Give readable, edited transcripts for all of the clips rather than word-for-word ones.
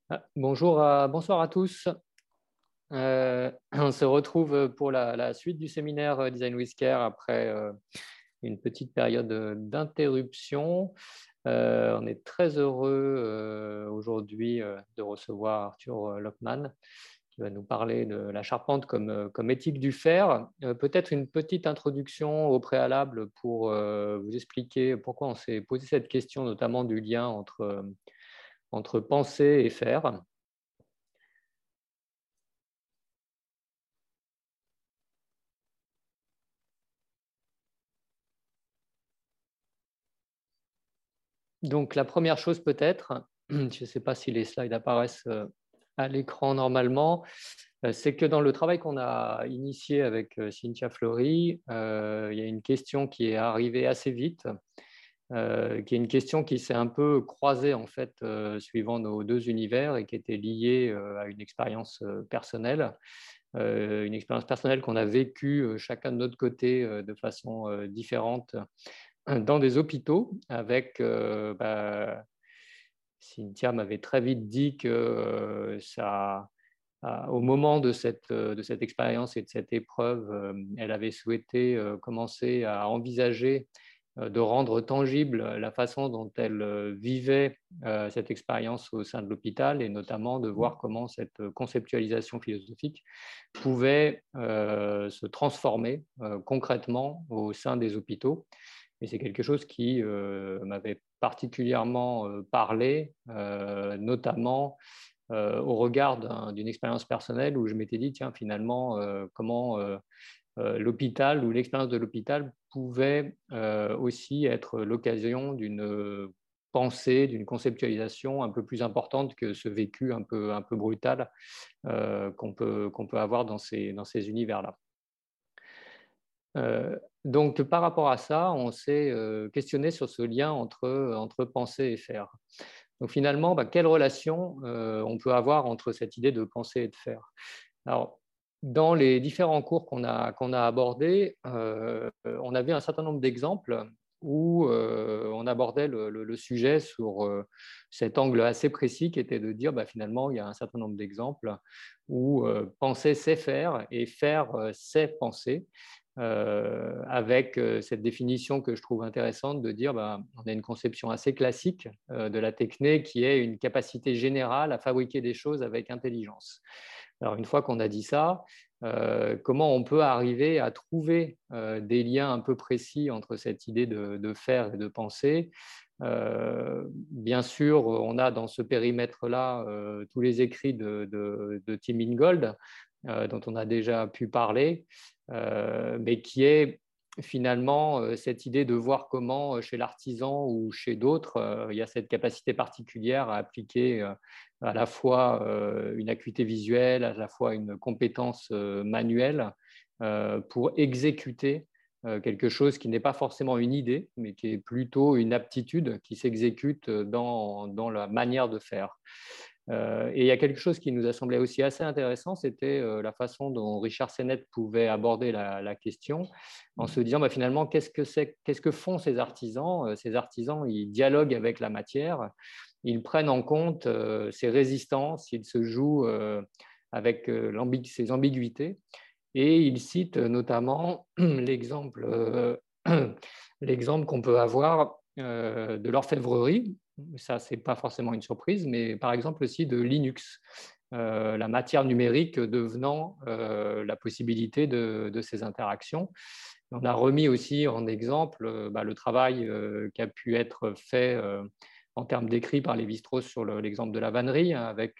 Bonsoir à tous. On se retrouve pour la suite du séminaire Design with Care après une petite période d'interruption. On est très heureux aujourd'hui de recevoir Arthur Lockman qui va nous parler de la charpente comme éthique du fer. Peut-être une petite introduction au préalable pour vous expliquer pourquoi on s'est posé cette question, notamment du lien entre pensée et faire. Donc, la première chose peut-être, je ne sais pas si les slides apparaissent à l'écran normalement, c'est que dans le travail qu'on a initié avec Cynthia Fleury, il y a une question qui est arrivée assez vite, qui est une question qui s'est un peu croisée en fait, suivant nos deux univers et qui était liée à une expérience personnelle. Une expérience personnelle qu'on a vécue chacun de notre côté de façon différente dans des hôpitaux avec Cynthia m'avait très vite dit que au moment de cette expérience et de cette épreuve, elle avait souhaité commencer à envisager de rendre tangible la façon dont elle vivait cette expérience au sein de l'hôpital et notamment de voir comment cette conceptualisation philosophique pouvait se transformer concrètement au sein des hôpitaux. Et c'est quelque chose qui m'avait particulièrement parlé, notamment au regard d'une expérience personnelle où je m'étais dit, tiens, finalement, comment l'hôpital ou l'expérience de l'hôpital pouvait aussi être l'occasion d'une pensée, d'une conceptualisation un peu plus importante que ce vécu un peu brutal qu'on peut avoir dans ces univers-là. Donc, par rapport à ça, on s'est questionné sur ce lien entre pensée et faire. Donc, finalement, quelle relation on peut avoir entre cette idée de pensée et de faire? Alors, dans les différents cours qu'on a abordés, on avait un certain nombre d'exemples où on abordait le sujet sur cet angle assez précis qui était de dire finalement, il y a un certain nombre d'exemples où penser c'est faire et faire c'est penser. Avec cette définition que je trouve intéressante de dire on a une conception assez classique de la techné qui est une capacité générale à fabriquer des choses avec intelligence. Alors une fois qu'on a dit ça, comment on peut arriver à trouver des liens un peu précis entre cette idée de faire et de penser? Bien sûr, on a dans ce périmètre-là tous les écrits de Tim Ingold, dont on a déjà pu parler, mais qui est finalement cette idée de voir comment chez l'artisan ou chez d'autres, il y a cette capacité particulière à appliquer à la fois une acuité visuelle, à la fois une compétence manuelle pour exécuter quelque chose qui n'est pas forcément une idée, mais qui est plutôt une aptitude qui s'exécute dans la manière de faire. Et il y a quelque chose qui nous a semblé aussi assez intéressant, c'était la façon dont Richard Sennett pouvait aborder la question en se disant finalement, qu'est-ce que font ces artisans? Ces artisans, ils dialoguent avec la matière, ils prennent en compte ces résistances, ils se jouent avec ces ambiguïtés. Et il cite notamment l'exemple qu'on peut avoir de l'orfèvrerie. Ça, ce n'est pas forcément une surprise, mais par exemple aussi de Linux, la matière numérique devenant la possibilité de ces interactions. On a remis aussi en exemple le travail qui a pu être fait en termes d'écrit par Lévi-Strauss sur l'exemple de la vannerie, avec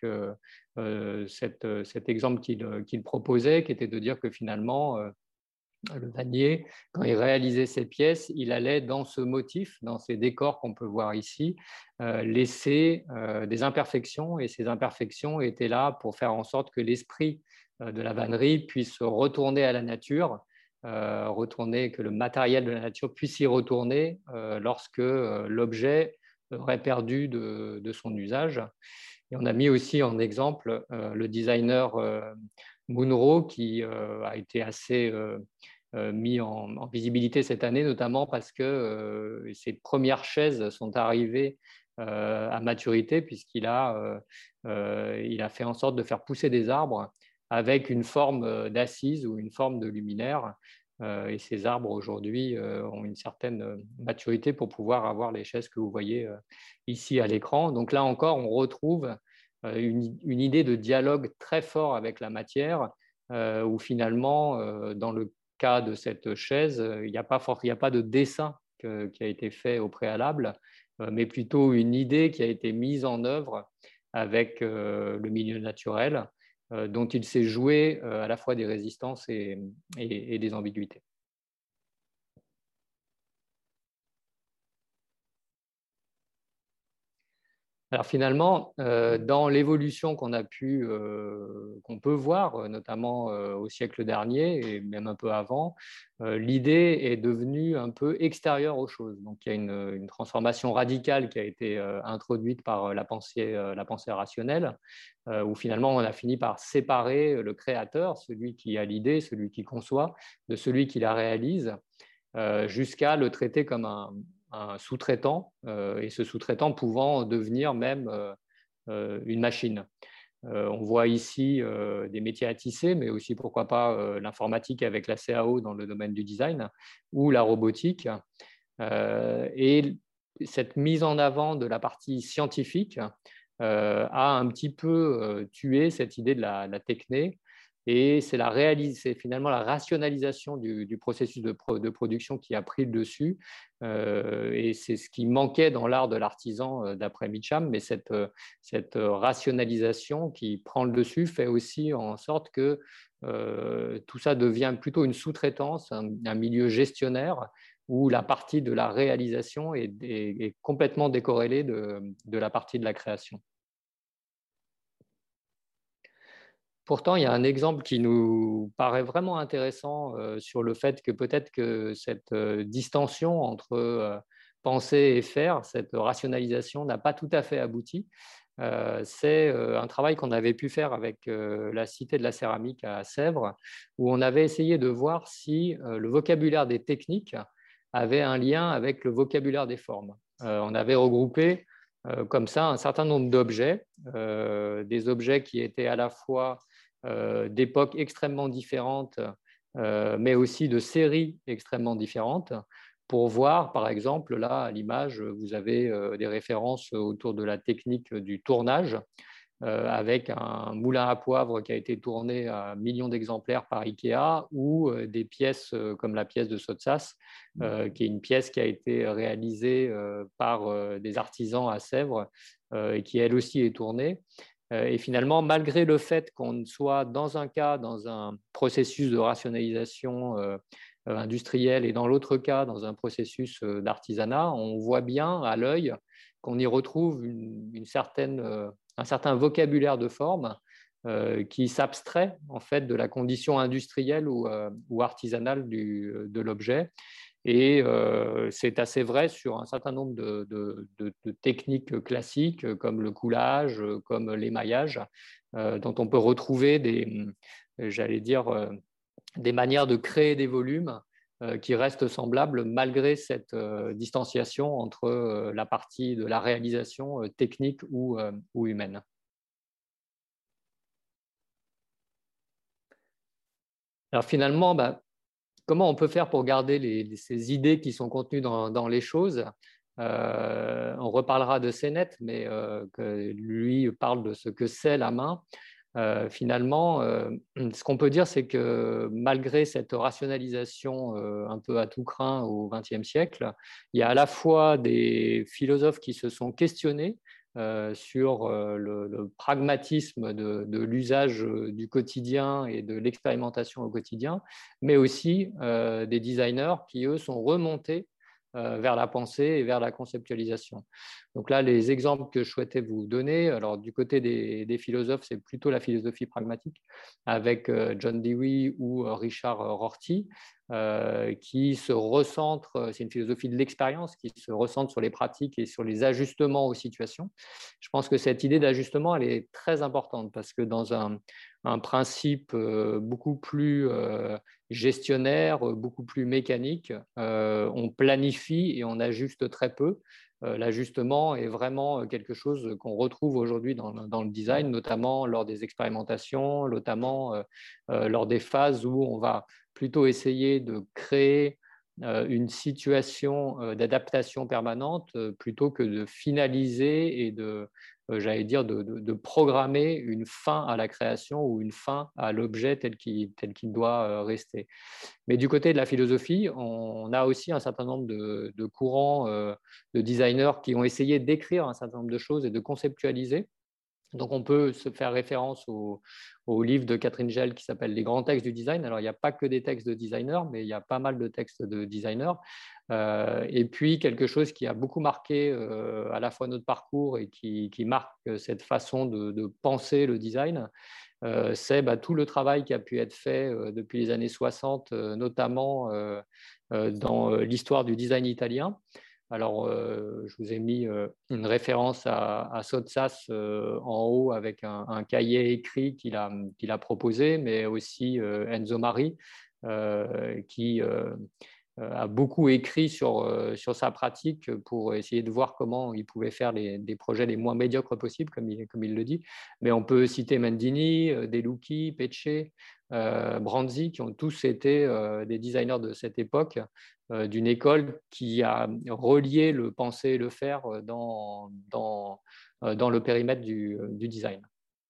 cet exemple qu'il proposait, qui était de dire que finalement, le vannier, quand il réalisait ses pièces, il allait dans ce motif, dans ces décors qu'on peut voir ici, laisser des imperfections, et ces imperfections étaient là pour faire en sorte que l'esprit de la vannerie puisse retourner à la nature, que le matériel de la nature puisse y retourner lorsque l'objet aurait perdu de son usage. Et on a mis aussi en exemple le designer Munro, qui a été assez mis en visibilité cette année, notamment parce que ses premières chaises sont arrivées à maturité, puisqu'il il a fait en sorte de faire pousser des arbres avec une forme d'assise ou une forme de luminaire. Et ces arbres aujourd'hui ont une certaine maturité pour pouvoir avoir les chaises que vous voyez ici à l'écran. Donc là encore, on retrouve une idée de dialogue très fort avec la matière, où finalement, dans le cas de cette chaise, il n'y a pas de dessin qui a été fait au préalable, mais plutôt une idée qui a été mise en œuvre avec le milieu naturel, dont il s'est joué à la fois des résistances et des ambiguïtés. Alors finalement, dans l'évolution qu'on peut voir, notamment au siècle dernier et même un peu avant, l'idée est devenue un peu extérieure aux choses. Donc il y a une transformation radicale qui a été introduite par la pensée rationnelle, où finalement on a fini par séparer le créateur, celui qui a l'idée, celui qui conçoit, de celui qui la réalise, jusqu'à le traiter comme un sous-traitant, et ce sous-traitant pouvant devenir même une machine. On voit ici des métiers à tisser, mais aussi, pourquoi pas, l'informatique avec la CAO dans le domaine du design, ou la robotique. Et cette mise en avant de la partie scientifique a un petit peu tué cette idée de la techné. Et c'est finalement la rationalisation du processus de production qui a pris le dessus. Et c'est ce qui manquait dans l'art de l'artisan, d'après Mitcham. Mais cette rationalisation qui prend le dessus fait aussi en sorte que tout ça devient plutôt une sous-traitance, un milieu gestionnaire, où la partie de la réalisation est complètement décorrélée de la partie de la création. Pourtant, il y a un exemple qui nous paraît vraiment intéressant sur le fait que peut-être que cette distension entre penser et faire, cette rationalisation n'a pas tout à fait abouti. C'est un travail qu'on avait pu faire avec la Cité de la Céramique à Sèvres, où on avait essayé de voir si le vocabulaire des techniques avait un lien avec le vocabulaire des formes. On avait regroupé comme ça un certain nombre d'objets, des objets qui étaient à la fois d'époques extrêmement différentes, mais aussi de séries extrêmement différentes, pour voir, par exemple, là, à l'image, vous avez des références autour de la technique du tournage, avec un moulin à poivre qui a été tourné à millions d'exemplaires par Ikea, ou des pièces comme la pièce de Sottsass, qui est une pièce qui a été réalisée par des artisans à Sèvres, et qui elle aussi est tournée. Et finalement, malgré le fait qu'on soit dans un cas, dans un processus de rationalisation industrielle, et dans l'autre cas, dans un processus d'artisanat, on voit bien à l'œil qu'on y retrouve un certain vocabulaire de forme qui s'abstrait en fait de la condition industrielle ou artisanale de l'objet. Et c'est assez vrai sur un certain nombre de techniques classiques, comme le coulage, comme l'émaillage, dont on peut retrouver j'allais dire, des manières de créer des volumes qui restent semblables malgré cette distanciation entre la partie de la réalisation technique ou humaine. Alors finalement, comment on peut faire pour garder ces idées qui sont contenues dans les choses? On reparlera de Sennett, mais que lui parle de ce que c'est la main. Finalement, ce qu'on peut dire, c'est que malgré cette rationalisation un peu à tout crin au XXe siècle, il y a à la fois des philosophes qui se sont questionnés sur le pragmatisme de l'usage du quotidien et de l'expérimentation au quotidien, mais aussi des designers qui, eux, sont remontés vers la pensée et vers la conceptualisation. Donc là, les exemples que je souhaitais vous donner, alors du côté des philosophes, c'est plutôt la philosophie pragmatique, avec John Dewey ou Richard Rorty, qui se recentre, c'est une philosophie de l'expérience qui se recentre sur les pratiques et sur les ajustements aux situations. Je pense que cette idée d'ajustement, elle est très importante, parce que dans un principe beaucoup plus gestionnaire, beaucoup plus mécanique, on planifie et on ajuste très peu. l'ajustement est vraiment quelque chose qu'on retrouve aujourd'hui dans le design, notamment lors des expérimentations, notamment lors des phases où on va plutôt essayer de créer une situation d'adaptation permanente plutôt que de finaliser et j'allais dire, de programmer une fin à la création ou une fin à l'objet tel qu'il doit rester. Mais du côté de la philosophie, on a aussi un certain nombre de courants de designers qui ont essayé d'écrire un certain nombre de choses et de conceptualiser. Donc, on peut se faire référence au livre de Catherine Gell qui s'appelle Les grands textes du design. Alors, il n'y a pas que des textes de designers, mais il y a pas mal de textes de designers. Et puis, quelque chose qui a beaucoup marqué à la fois notre parcours et qui marque cette façon de penser le design, c'est tout le travail qui a pu être fait depuis les années 60, notamment dans l'histoire du design italien. Alors, je vous ai mis une référence à Sottsass en haut avec un cahier écrit qu'il a proposé, mais aussi Enzo Mari, qui a beaucoup écrit sur sa pratique pour essayer de voir comment il pouvait faire des projets les moins médiocres possibles, comme il le dit. Mais on peut citer Mendini, De Lucchi, Pecce, Branzi, qui ont tous été des designers de cette époque, d'une école qui a relié le penser et le faire dans le périmètre du design.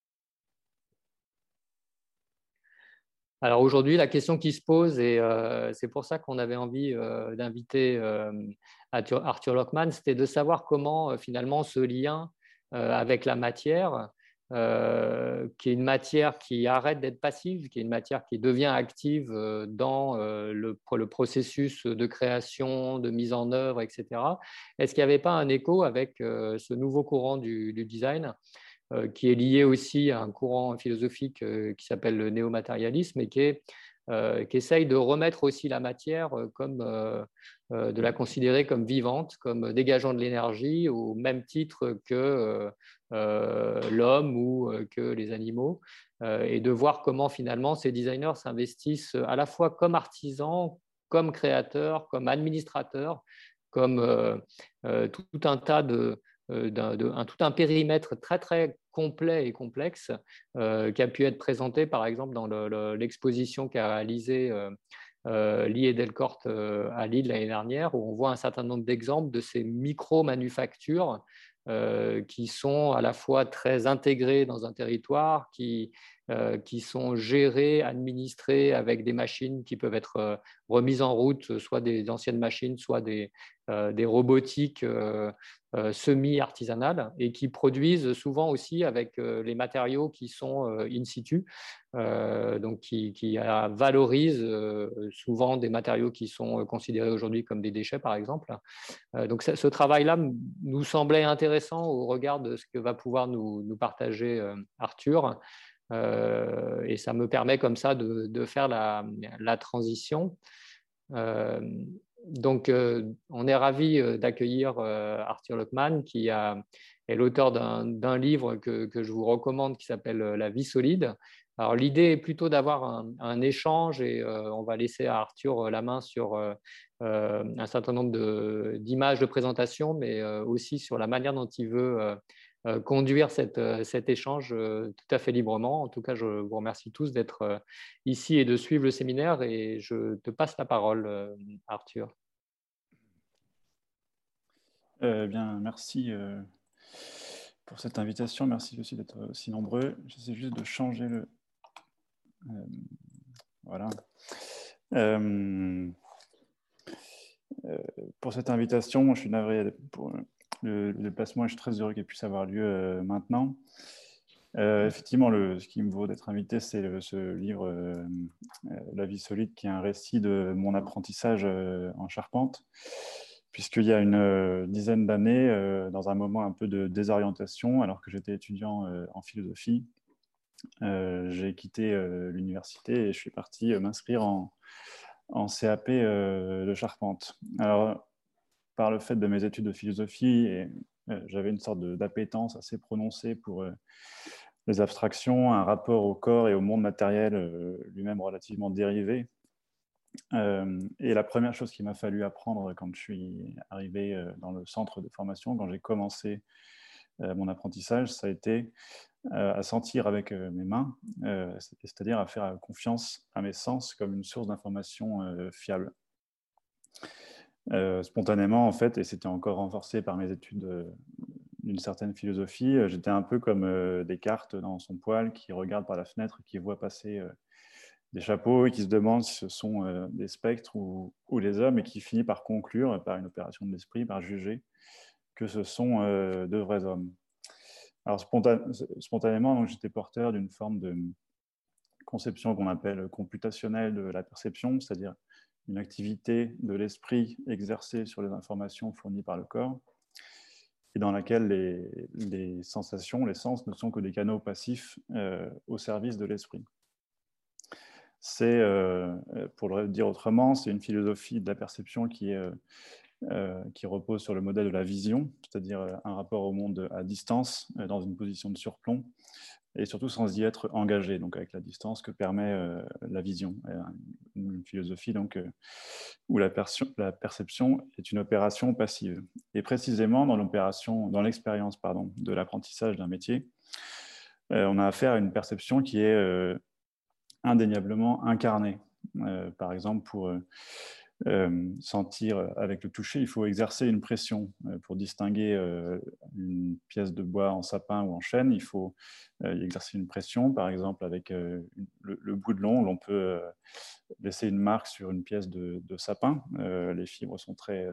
Alors aujourd'hui, la question qui se pose, et c'est pour ça qu'on avait envie d'inviter Arthur Lockman, c'était de savoir comment finalement ce lien avec la matière, qui est une matière qui arrête d'être passive, qui est une matière qui devient active dans le processus de création, de mise en œuvre, etc. Est-ce qu'il n'y avait pas un écho avec ce nouveau courant du design qui est lié aussi à un courant philosophique qui s'appelle le néomatérialisme et qui essaye de remettre aussi la matière comme de la considérer comme vivante, comme dégageant de l'énergie au même titre que l'homme ou que les animaux, et de voir comment finalement ces designers s'investissent à la fois comme artisans, comme créateurs, comme administrateurs, comme tout un tas tout un périmètre très très complet et complexe qui a pu être présenté par exemple dans l'exposition qu'a réalisée Lee et Delcorte à Lille l'année dernière, où on voit un certain nombre d'exemples de ces micro-manufactures qui sont à la fois très intégrées dans un territoire, qui sont gérées, administrées avec des machines qui peuvent être remises en route, soit des anciennes machines, soit des robotiques semi-artisanales, et qui produisent souvent aussi avec les matériaux qui sont in situ, donc qui valorisent souvent des matériaux qui sont considérés aujourd'hui comme des déchets, par exemple. Donc ce travail-là nous semblait intéressant au regard de ce que va pouvoir nous partager Arthur. Et ça me permet comme ça de faire la transition. Donc, on est ravi d'accueillir Arthur Lockman, qui est l'auteur d'un livre que je vous recommande qui s'appelle La vie solide. Alors, l'idée est plutôt d'avoir un échange et on va laisser à Arthur la main sur un certain nombre d'images de présentation, mais aussi sur la manière dont il veut conduire cet échange tout à fait librement. En tout cas, je vous remercie tous d'être ici et de suivre le séminaire, et je te passe la parole, Arthur. Bien, merci pour cette invitation. Merci aussi d'être aussi nombreux. J'essaie juste de changer le... voilà. Pour cette invitation, moi, je suis navré pour le déplacement et je suis très heureux qu'il puisse avoir lieu maintenant. Effectivement, ce qui me vaut d'être invité, c'est ce livre La vie solide, qui est un récit de mon apprentissage en charpente, puisqu'il y a une dizaine d'années, dans un moment un peu de désorientation, alors que j'étais étudiant en philosophie, j'ai quitté l'université et je suis parti m'inscrire en CAP de charpente. Alors, par le fait de mes études de philosophie, j'avais une sorte d'appétence assez prononcée pour les abstractions, un rapport au corps et au monde matériel lui-même relativement dérivé. Et la première chose qu'il m'a fallu apprendre quand je suis arrivé dans le centre de formation, quand j'ai commencé mon apprentissage, ça a été à sentir avec mes mains, c'est-à-dire à faire confiance à mes sens comme une source d'information fiable. Spontanément, en fait, et c'était encore renforcé par mes études d'une certaine philosophie, j'étais un peu comme Descartes dans son poêle qui regarde par la fenêtre, qui voit passer des chapeaux et qui se demande si ce sont des spectres ou des hommes et qui finit par conclure, par une opération de l'esprit, par juger que ce sont de vrais hommes. Alors spontanément, j'étais porteur d'une forme de conception qu'on appelle computationnelle de la perception, c'est-à-dire une activité de l'esprit exercée sur les informations fournies par le corps, et dans laquelle les sensations, les sens ne sont que des canaux passifs au service de l'esprit. C'est, pour le dire autrement, c'est une philosophie de la perception qui repose sur le modèle de la vision, c'est-à-dire un rapport au monde à distance, dans une position de surplomb, et surtout sans y être engagé, donc avec la distance que permet la vision. Une philosophie donc, où la perception est une opération passive. Et précisément dans l'expérience de l'apprentissage d'un métier, on a affaire à une perception qui est indéniablement incarnée. Par exemple, pour sentir avec le toucher, il faut exercer une pression. Pour distinguer une pièce de bois en sapin ou en chêne, il faut y exercer une pression. Par exemple, avec le bout de l'ongle, on peut laisser une marque sur une pièce de sapin. Les fibres sont très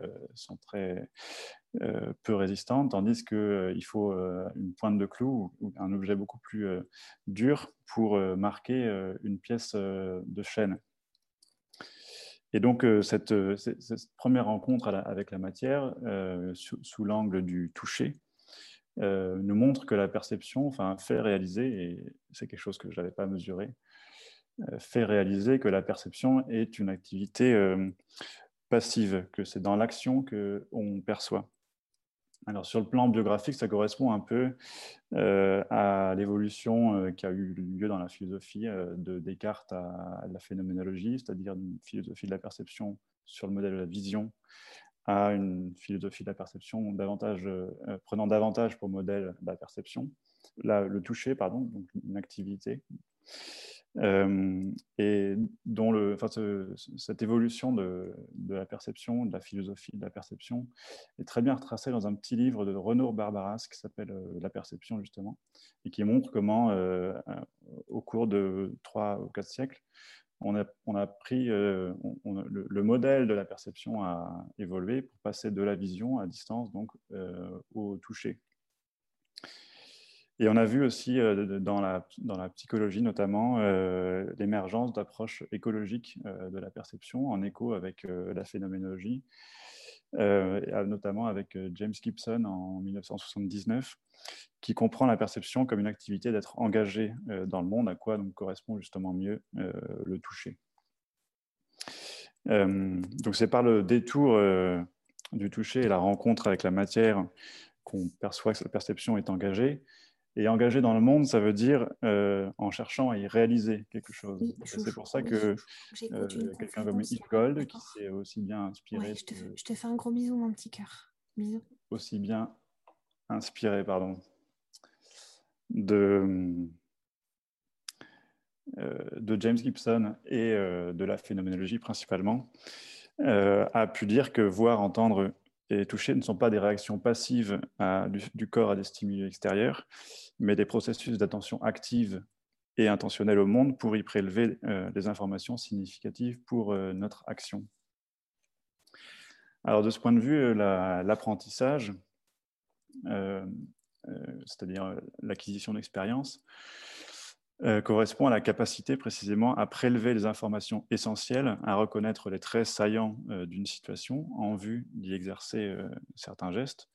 peu résistantes, tandis qu'il faut une pointe de clou ou un objet beaucoup plus dur pour marquer une pièce de chêne. Et donc, cette première rencontre avec la matière, sous l'angle du toucher, nous montre que la perception fait réaliser, et c'est quelque chose que je n'avais pas mesuré, fait réaliser que la perception est une activité passive, que c'est dans l'action qu'on perçoit. Alors, sur le plan biographique, ça correspond un peu à l'évolution qui a eu lieu dans la philosophie de Descartes à la phénoménologie, c'est-à-dire une philosophie de la perception sur le modèle de la vision, à une philosophie de la perception prenant davantage pour modèle la perception, le toucher, donc une activité. Et dont cette évolution de la perception, de la philosophie de la perception, est très bien retracée dans un petit livre de Renaud Barbaras qui s'appelle La perception, justement, et qui montre comment, au cours de 3 ou 4 siècles, on a pris le modèle de la perception a évolué pour passer de la vision à distance, donc au toucher. Et on a vu aussi dans la psychologie notamment l'émergence d'approches écologiques de la perception en écho avec la phénoménologie, notamment avec James Gibson en 1979, qui comprend la perception comme une activité d'être engagé dans le monde, à quoi donc correspond justement mieux le toucher. Donc c'est par le détour du toucher et la rencontre avec la matière qu'on perçoit que cette perception est engagée. Et engagé dans le monde, ça veut dire en cherchant à y réaliser quelque chose. Oui, c'est pour ça que quelqu'un comme Yves Gold, qui s'est aussi bien inspiré... Ouais, je te fais un gros bisou, mon petit cœur. Bisous. Aussi bien inspiré, de James Gibson et de la phénoménologie principalement, a pu dire que voir, entendre et toucher ne sont pas des réactions passives du corps à des stimuli extérieurs, mais des processus d'attention active et intentionnelle au monde pour y prélever des informations significatives pour notre action. Alors de ce point de vue, l'apprentissage, c'est-à-dire l'acquisition d'expérience, correspond à la capacité précisément à prélever les informations essentielles, à reconnaître les traits saillants d'une situation en vue d'y exercer certains gestes,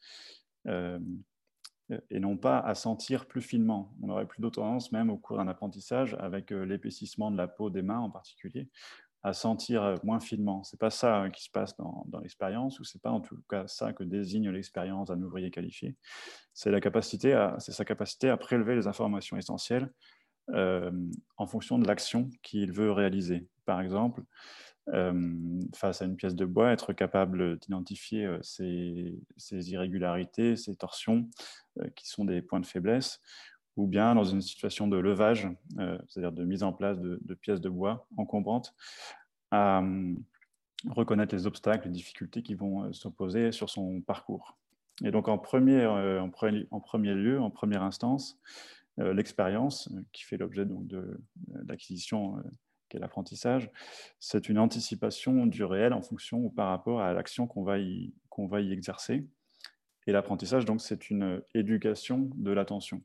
et non pas à sentir plus finement. On aurait plutôt tendance, même au cours d'un apprentissage, avec l'épaississement de la peau des mains en particulier, à sentir moins finement. Ce n'est pas ça qui se passe dans l'expérience, ou ce n'est pas en tout cas ça que désigne l'expérience d'un ouvrier qualifié. C'est sa capacité à prélever les informations essentielles en fonction de l'action qu'il veut réaliser, par exemple, face à une pièce de bois, être capable d'identifier ces irrégularités, ces torsions qui sont des points de faiblesse, ou bien dans une situation de levage, c'est-à-dire de mise en place de pièces de bois encombrantes, à reconnaître les obstacles, les difficultés qui vont s'opposer sur son parcours. Et donc en premier lieu, en première instance, l'expérience qui fait l'objet de l'acquisition qu'est l'apprentissage, c'est une anticipation du réel en fonction ou par rapport à l'action qu'on va y exercer. Et l'apprentissage, donc, c'est une éducation de l'attention.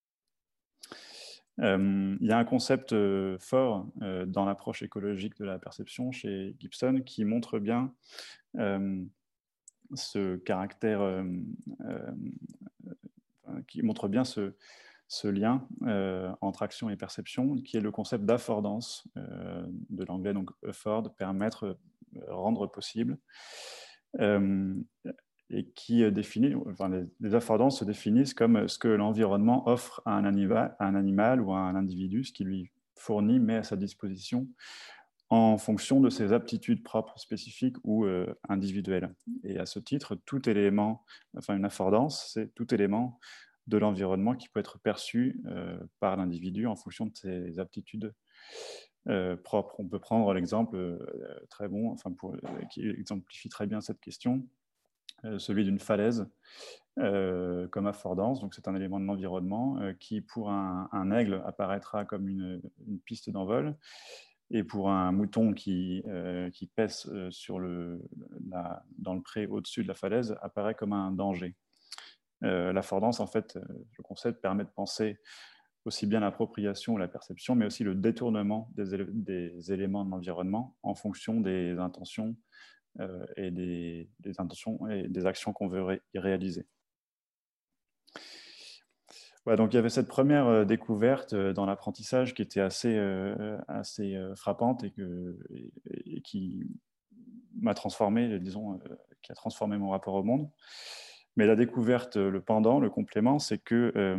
Il y a un concept fort dans l'approche écologique de la perception chez Gibson qui montre bien ce caractère, qui montre bien ce lien entre action et perception, qui est le concept d'affordance, de l'anglais donc afford, permettre, rendre possible, et qui définit, enfin, les affordances se définissent comme ce que l'environnement offre à un animal ou à un individu, ce qui lui fournit, met à sa disposition en fonction de ses aptitudes propres, spécifiques ou individuelles. Et à ce titre, tout élément, enfin une affordance, c'est tout élément de l'environnement qui peut être perçu par l'individu en fonction de ses aptitudes propres. On peut prendre l'exemple très bon, enfin qui exemplifie très bien cette question, celui d'une falaise comme affordance. Donc c'est un élément de l'environnement qui, pour un aigle, apparaîtra comme une piste d'envol, et pour un mouton qui pèse dans le pré au-dessus de la falaise, apparaît comme un danger. L'affordance, en fait, le concept permet de penser aussi bien l'appropriation ou la perception, mais aussi le détournement des éléments de l'environnement en fonction des intentions et des intentions et des actions qu'on veut y réaliser. Ouais, donc il y avait cette première découverte dans l'apprentissage qui était assez frappante et qui m'a transformé, disons, qui a transformé mon rapport au monde. Mais la découverte, le pendant, le complément, c'est que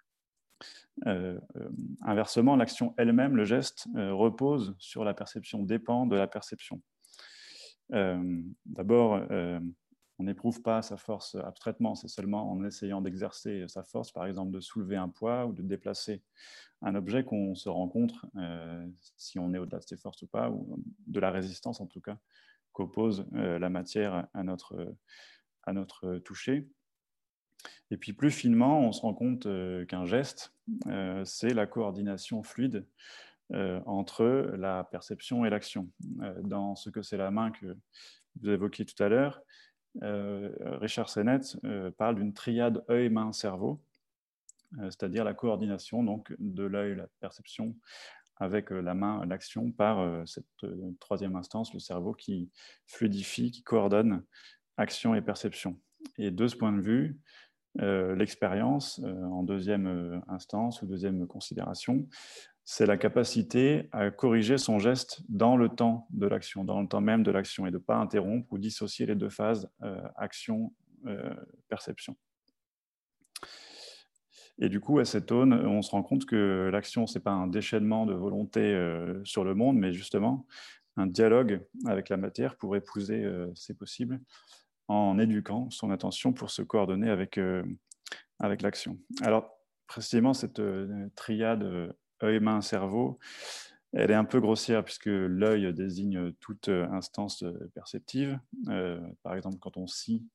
inversement, l'action elle-même, le geste, repose sur la perception, dépend de la perception. D'abord, on n'éprouve pas sa force abstraitement, c'est seulement en essayant d'exercer sa force, par exemple de soulever un poids ou de déplacer un objet, qu'on se rend compte si on est au-delà de ses forces ou pas, ou de la résistance en tout cas qu'oppose la matière à notre toucher. Et puis plus finement, on se rend compte qu'un geste, c'est la coordination fluide entre la perception et l'action. Dans ce que c'est la main que vous évoquiez tout à l'heure, Richard Sennett parle d'une triade œil-main-cerveau, c'est-à-dire la coordination donc, de l'œil, la perception, avec la main, l'action, par cette troisième instance, le cerveau, qui fluidifie, qui coordonne action et perception. Et de ce point de vue, l'expérience, en deuxième instance ou deuxième considération, c'est la capacité à corriger son geste dans le temps de l'action, dans le temps même de l'action, et de ne pas interrompre ou dissocier les deux phases, action-perception. Et du coup, à cette aune, on se rend compte que l'action, ce n'est pas un déchaînement de volonté sur le monde, mais justement un dialogue avec la matière pour épouser ces possibles, en éduquant son attention pour se coordonner avec l'action. Alors, précisément, cette triade œil, main, cerveau, elle est un peu grossière puisque l'œil désigne toute instance perceptive. Par exemple, quand on scie,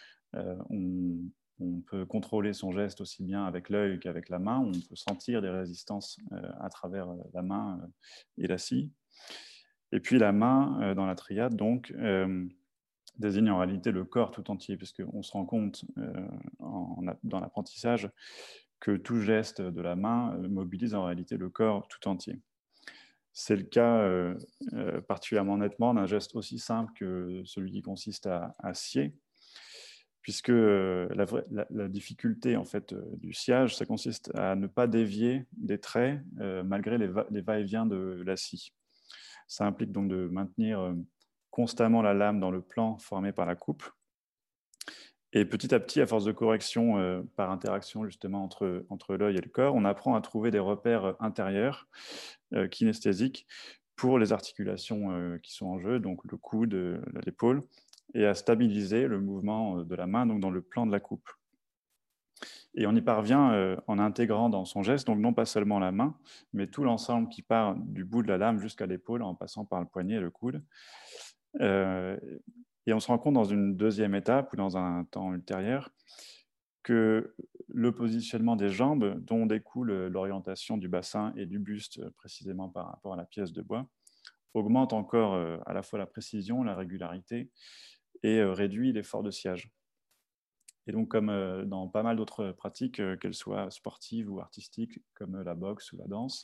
on peut contrôler son geste aussi bien avec l'œil qu'avec la main. On peut sentir des résistances à travers la main et la scie. Et puis la main, dans la triade, donc, désigne en réalité le corps tout entier, puisqu'on se rend compte dans l'apprentissage que tout geste de la main mobilise en réalité le corps tout entier. C'est le cas particulièrement nettement d'un geste aussi simple que celui qui consiste à scier, puisque la difficulté en fait, du sciage, ça consiste à ne pas dévier des traits malgré les va-et-vient de la scie. Ça implique donc de maintenir constamment la lame dans le plan formé par la coupe. Et petit à petit, à force de correction par interaction justement entre l'œil et le corps, on apprend à trouver des repères intérieurs kinesthésiques pour les articulations qui sont en jeu, donc le coude, l'épaule, et à stabiliser le mouvement de la main donc dans le plan de la coupe. Et on y parvient en intégrant dans son geste, donc non pas seulement la main, mais tout l'ensemble qui part du bout de la lame jusqu'à l'épaule en passant par le poignet et le coude. Et on se rend compte dans une deuxième étape ou dans un temps ultérieur que le positionnement des jambes, dont découle l'orientation du bassin et du buste précisément par rapport à la pièce de bois, augmente encore à la fois la précision, la régularité et réduit l'effort de sciage. Et donc, comme dans pas mal d'autres pratiques, qu'elles soient sportives ou artistiques, comme la boxe ou la danse,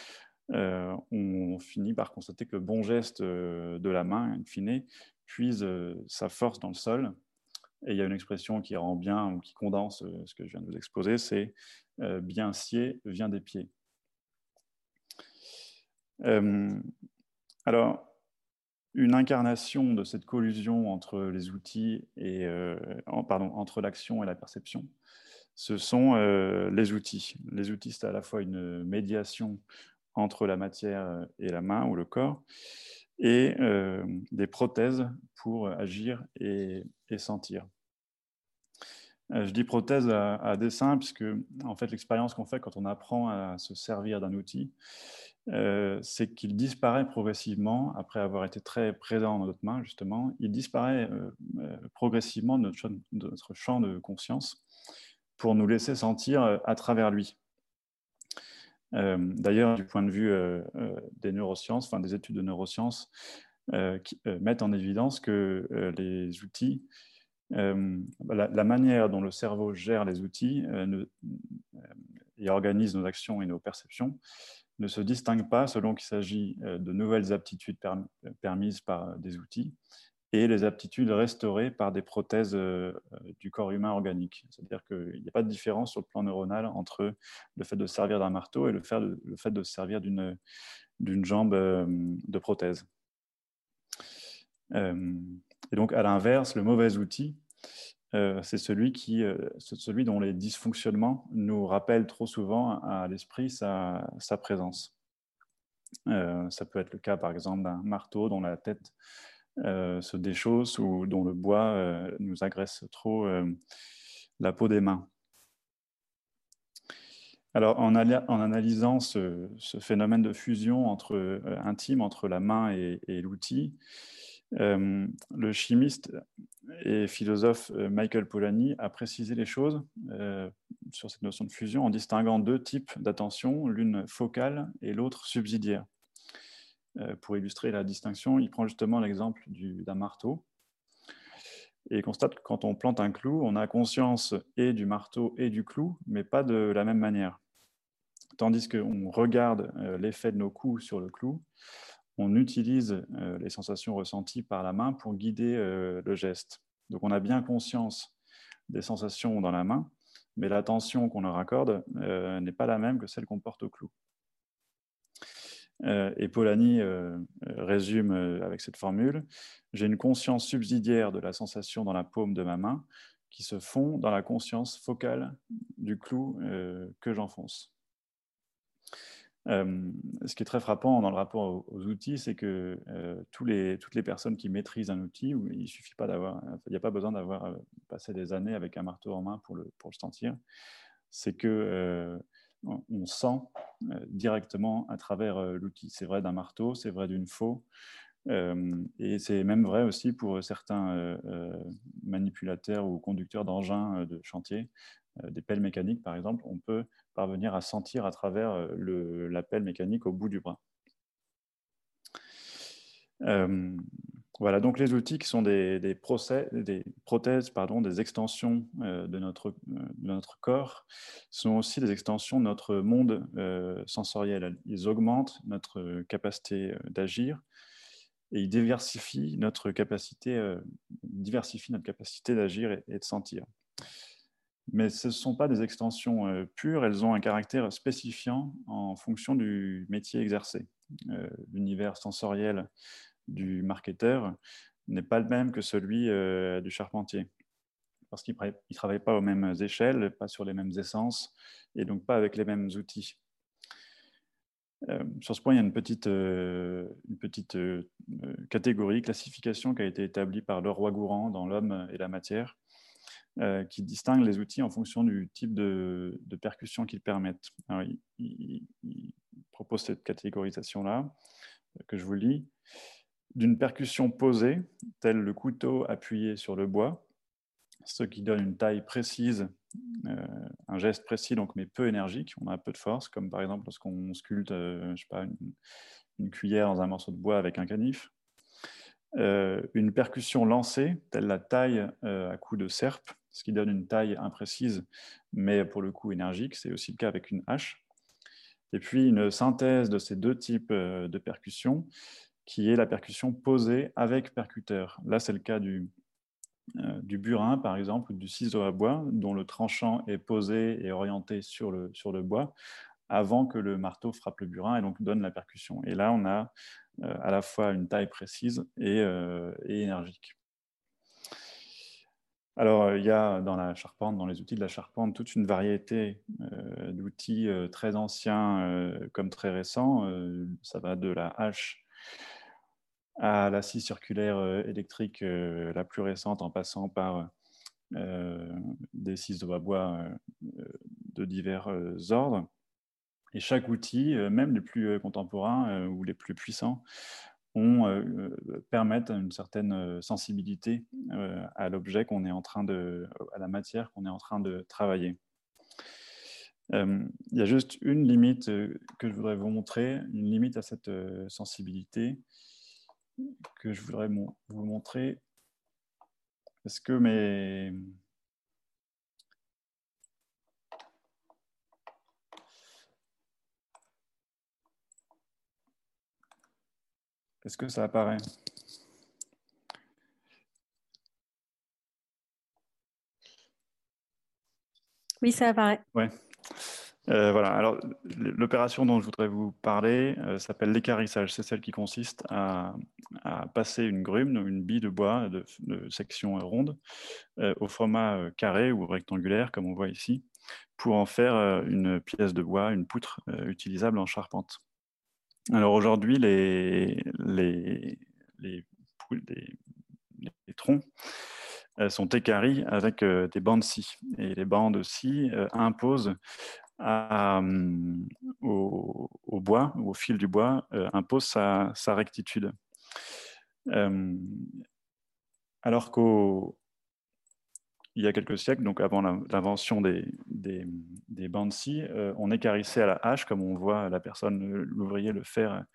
on finit par constater que le bon geste de la main, in fine, puise sa force dans le sol. Et il y a une expression qui rend bien ou qui condense ce que je viens de vous exposer, c'est bien scier vient des pieds. Alors, une incarnation de cette collusion entre les outils et entre l'action et la perception, ce sont les outils. Les outils, c'est à la fois une médiation entre la matière et la main ou le corps, et des prothèses pour agir et sentir. Je dis prothèse à dessein, puisque en fait, l'expérience qu'on fait quand on apprend à se servir d'un outil, c'est qu'il disparaît progressivement, après avoir été très présent dans notre main, justement, il disparaît progressivement de notre champ de conscience pour nous laisser sentir à travers lui. D'ailleurs, du point de vue des neurosciences, enfin des études de neurosciences, qui mettent en évidence que les outils, la manière dont le cerveau gère les outils et organise nos actions et nos perceptions ne se distingue pas selon qu'il s'agit de nouvelles aptitudes permises par des outils et les aptitudes restaurées par des prothèses du corps humain organique. C'est-à-dire qu'il n'y a pas de différence sur le plan neuronal entre le fait de se servir d'un marteau et le fait de se servir d'une jambe de prothèse. Et donc, à l'inverse, le mauvais outil, c'est celui dont les dysfonctionnements nous rappellent trop souvent à l'esprit sa présence. Ça peut être le cas, par exemple, d'un marteau dont la tête se déchausse ou dont le bois nous agresse trop la peau des mains. Alors, en analysant ce phénomène de fusion intime entre la main et l'outil, le chimiste et philosophe Michael Polanyi a précisé les choses sur cette notion de fusion en distinguant deux types d'attention, l'une focale et l'autre subsidiaire. Pour illustrer la distinction, il prend justement l'exemple d'un marteau et il constate que quand on plante un clou, on a conscience et du marteau et du clou, mais pas de la même manière. Tandis qu'on regarde l'effet de nos coups sur le clou, on utilise les sensations ressenties par la main pour guider le geste. Donc on a bien conscience des sensations dans la main, mais l'attention qu'on leur accorde n'est pas la même que celle qu'on porte au clou. Et Polanyi résume avec cette formule: j'ai une conscience subsidiaire de la sensation dans la paume de ma main qui se fond dans la conscience focale du clou que j'enfonce. Ce qui est très frappant dans le rapport aux outils, c'est que toutes les personnes qui maîtrisent un outil, il n'y a pas besoin d'avoir passé des années avec un marteau en main pour le sentir, c'est que on sent directement à travers l'outil. C'est vrai d'un marteau, c'est vrai d'une faux, et c'est même vrai aussi pour certains manipulateurs ou conducteurs d'engins de chantier, des pelles mécaniques par exemple. On peut parvenir à sentir à travers la pelle mécanique au bout du bras. Voilà, donc les outils qui sont des prothèses, des extensions de notre corps, sont aussi des extensions de notre monde sensoriel. Ils augmentent notre capacité d'agir et ils diversifient notre capacité d'agir et de sentir. Mais ce ne sont pas des extensions pures, elles ont un caractère spécifiant en fonction du métier exercé. L'univers sensoriel du marketeur n'est pas le même que celui du charpentier, parce qu'il ne travaille pas aux mêmes échelles, pas sur les mêmes essences, et donc pas avec les mêmes outils. Sur ce point, il y a une petite catégorie, classification qui a été établie par Leroy-Gourhan dans L'homme et la matière, qui distingue les outils en fonction du type de percussion qu'ils permettent. Alors, il propose cette catégorisation-là, que je vous lis. D'une percussion posée, tel le couteau appuyé sur le bois, ce qui donne une taille précise, un geste précis, donc, mais peu énergique, on a un peu de force, comme par exemple lorsqu'on sculpte je sais pas, une cuillère dans un morceau de bois avec un canif. Une percussion lancée, telle la taille à coup de serpe, ce qui donne une taille imprécise, mais pour le coup énergique, c'est aussi le cas avec une hache. Et puis une synthèse de ces deux types de percussion, qui est la percussion posée avec percuteur. Là, c'est le cas du burin, par exemple, ou du ciseau à bois, dont le tranchant est posé et orienté sur le bois, avant que le marteau frappe le burin et donc donne la percussion. Et là, on a à la fois une taille précise et énergique. Alors, il y a dans la charpente, dans les outils de la charpente, toute une variété d'outils très anciens comme très récents. Ça va de la hache à la scie circulaire électrique la plus récente, en passant par des ciseaux à bois de divers ordres. Et chaque outil, même les plus contemporains ou les plus puissants, permettent une certaine sensibilité à l'objet qu'on est en train à la matière qu'on est en train de travailler. Il y a juste une limite que je voudrais vous montrer, une limite à cette sensibilité que je voudrais vous montrer. Est-ce que Est-ce que ça apparaît? Oui, ça apparaît. Ouais. Voilà. Alors, l'opération dont je voudrais vous parler s'appelle l'équarrissage. C'est celle qui consiste à passer une grume, une bille de bois de section ronde, au format carré ou rectangulaire, comme on voit ici, pour en faire une pièce de bois, une poutre utilisable en charpente. Alors aujourd'hui, les troncs sont équarris avec des bandes de scie. Et les bandes de scie imposent au bois, au fil du bois, impose sa rectitude. Alors qu'il y a quelques siècles, donc avant l'invention des bandes de scie, on équarrissait à la hache, comme on voit la personne, l'ouvrier, le faire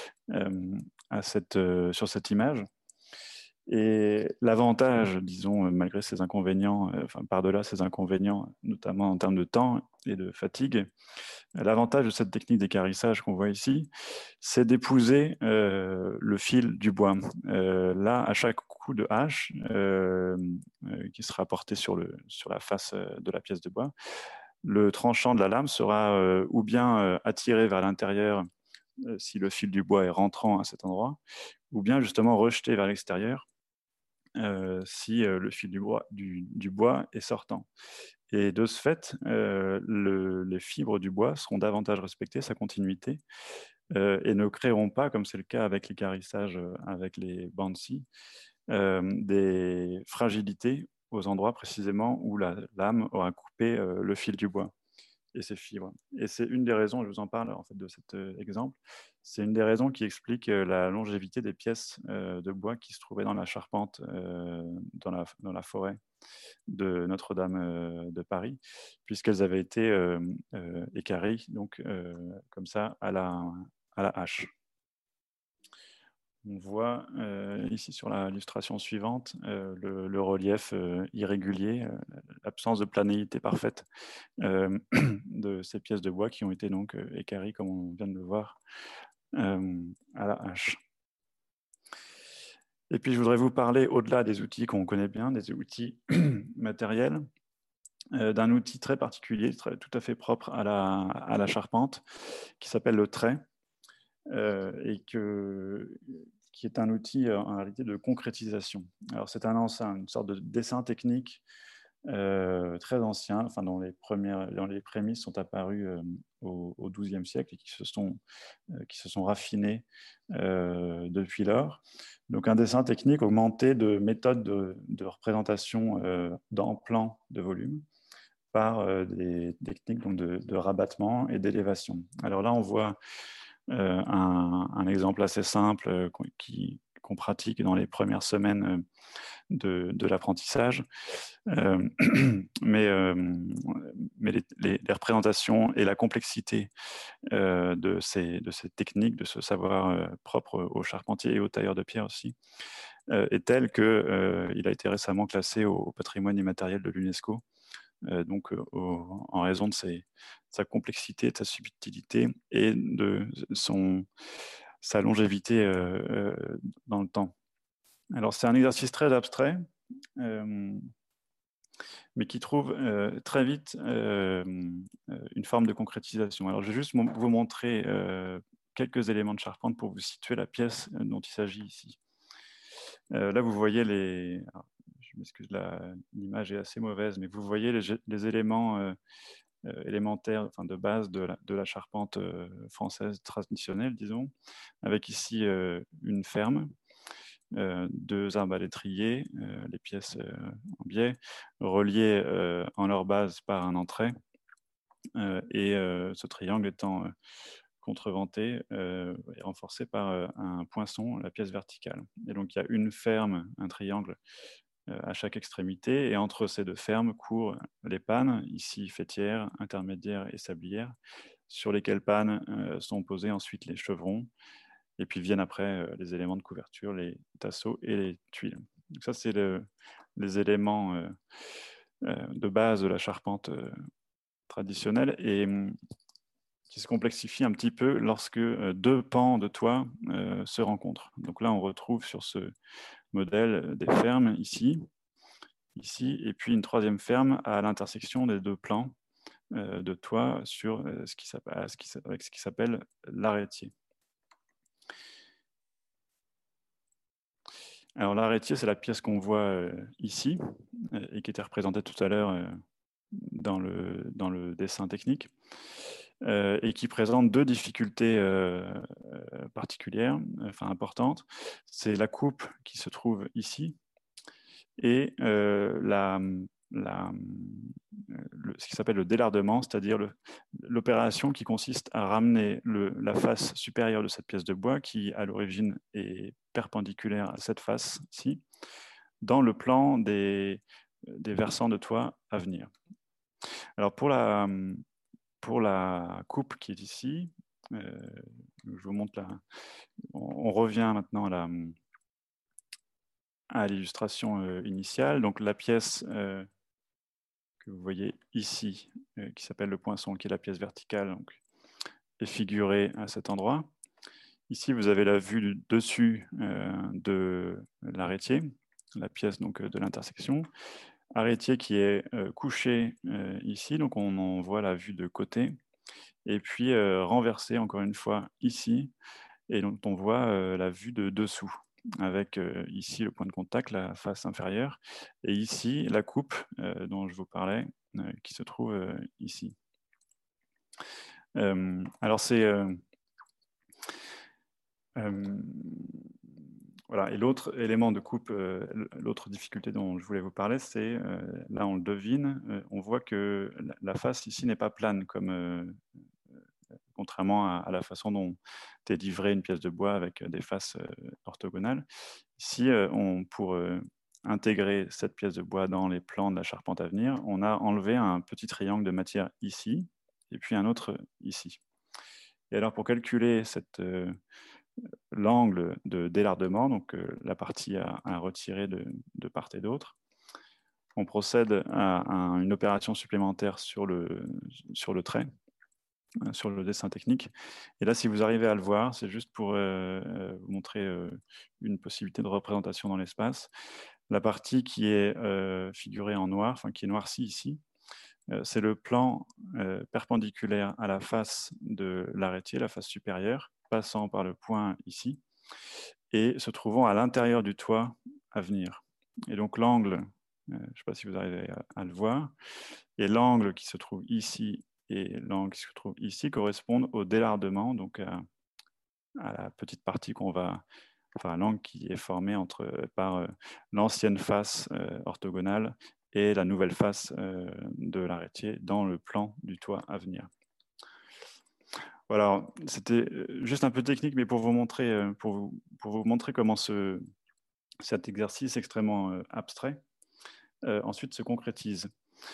sur cette image. Et l'avantage, disons, malgré ses inconvénients, par-delà ses inconvénients, notamment en termes de temps et de fatigue, l'avantage de cette technique d'équarrissage qu'on voit ici, c'est d'épouser le fil du bois. Là, à chaque coup de hache qui sera porté sur la face de la pièce de bois, le tranchant de la lame sera ou bien attiré vers l'intérieur si le fil du bois est rentrant à cet endroit, ou bien justement rejeté vers l'extérieur si le fil du bois est sortant. Et de ce fait, les fibres du bois seront davantage respectées, sa continuité, et ne créeront pas, comme c'est le cas avec l'équarrissage avec les bandes de scie, des fragilités aux endroits précisément où la lame aura coupé le fil du bois et ses fibres. Et c'est une des raisons, je vous en parle en fait de cet exemple, c'est une des raisons qui explique la longévité des pièces de bois qui se trouvaient dans la charpente dans la forêt de Notre-Dame de Paris, puisqu'elles avaient été équarries donc comme ça à la hache. On voit ici sur l'illustration suivante le relief irrégulier, l'absence de planéité parfaite de ces pièces de bois qui ont été donc équarries, comme on vient de le voir, à la hache. Et puis je voudrais vous parler, au-delà des outils qu'on connaît bien, des outils matériels, d'un outil très particulier, tout à fait propre à la charpente, qui s'appelle le trait, et qui est un outil en réalité de concrétisation. Alors c'est une sorte de dessin technique très ancien, enfin dont les prémices sont apparues au XIIe siècle et qui se sont raffinés depuis lors. Donc un dessin technique augmenté de méthodes de représentation dans plan de volume par des techniques donc de rabattement et d'élévation. Alors là, on voit un exemple assez simple qu'on pratique dans les premières semaines de l'apprentissage. Mais les représentations et la complexité de ces techniques, de ce savoir propre aux charpentiers et aux tailleurs de pierre aussi, est telle qu'il a été récemment classé au patrimoine immatériel de l'UNESCO. Donc, en raison de sa complexité, de sa subtilité et de sa longévité dans le temps. Alors, c'est un exercice très abstrait, mais qui trouve très vite une forme de concrétisation. Alors, je vais juste vous montrer quelques éléments de charpente pour vous situer la pièce dont il s'agit ici. Là, vous voyez je m'excuse, l'image est assez mauvaise, mais vous voyez les éléments élémentaires, enfin de base de la charpente française traditionnelle, disons, avec ici une ferme, 2 arbres à l'étrier, les pièces en biais, reliées en leur base par un entrée, et ce triangle étant contreventé et renforcé par un poinçon, la pièce verticale. Et donc il y a une ferme, un triangle à chaque extrémité, et entre ces 2 fermes courent les pannes, ici faîtières, intermédiaires et sablières, sur lesquelles pannes sont posés ensuite les chevrons, et puis viennent après les éléments de couverture, les tasseaux et les tuiles. Donc ça, c'est les éléments de base de la charpente traditionnelle, et qui se complexifie un petit peu lorsque 2 pans de toit se rencontrent. Donc là, on retrouve sur ce modèle des fermes ici, et puis une 3e ferme à l'intersection des 2 plans de toit sur ce qui s'appelle l'arrêtier. Alors l'arrêtier, c'est la pièce qu'on voit ici et qui était représentée tout à l'heure dans le dessin technique, et qui présente 2 difficultés particulières, enfin importantes. C'est la coupe qui se trouve ici et ce qui s'appelle le délardement, c'est-à-dire l'opération qui consiste à ramener la face supérieure de cette pièce de bois, qui à l'origine est perpendiculaire à cette face-ci, dans le plan des versants de toit à venir. Alors pour la coupe qui est ici, je vous montre là, on revient maintenant à l'illustration initiale. Donc la pièce que vous voyez ici, qui s'appelle le poinçon, qui est la pièce verticale, donc, est figurée à cet endroit. Ici, vous avez la vue du dessus de l'arrêtier, la pièce donc, de l'intersection. Arrêtier qui est couché ici, donc on en voit la vue de côté, et puis renversé encore une fois ici, et donc on voit la vue de dessous, avec ici le point de contact, la face inférieure, et ici la coupe dont je vous parlais, qui se trouve ici. Alors c'est... voilà. Et l'autre élément de coupe, l'autre difficulté dont je voulais vous parler, c'est, là on le devine, on voit que la face ici n'est pas plane, comme contrairement à la façon dont est livrée une pièce de bois avec des faces orthogonales. Ici, pour intégrer cette pièce de bois dans les plans de la charpente à venir, on a enlevé un petit triangle de matière ici, et puis un autre ici. Et alors pour calculer l'angle de délardement, donc la partie à retirer de part et d'autre, on procède à une opération supplémentaire sur le trait, sur le dessin technique. Et là, si vous arrivez à le voir, c'est juste pour vous montrer une possibilité de représentation dans l'espace. La partie qui est figurée en noir, enfin qui est noircie ici, c'est le plan perpendiculaire à la face de l'arrêtier, la face supérieure, passant par le point ici, et se trouvant à l'intérieur du toit à venir. Et donc l'angle, je ne sais pas si vous arrivez à le voir, et l'angle qui se trouve ici et l'angle qui se trouve ici correspondent au délardement, donc à la petite partie l'angle qui est formé par l'ancienne face orthogonale et la nouvelle face de l'arrêtier dans le plan du toit à venir. Voilà, c'était juste un peu technique, mais pour vous montrer, comment cet exercice extrêmement abstrait ensuite se concrétise.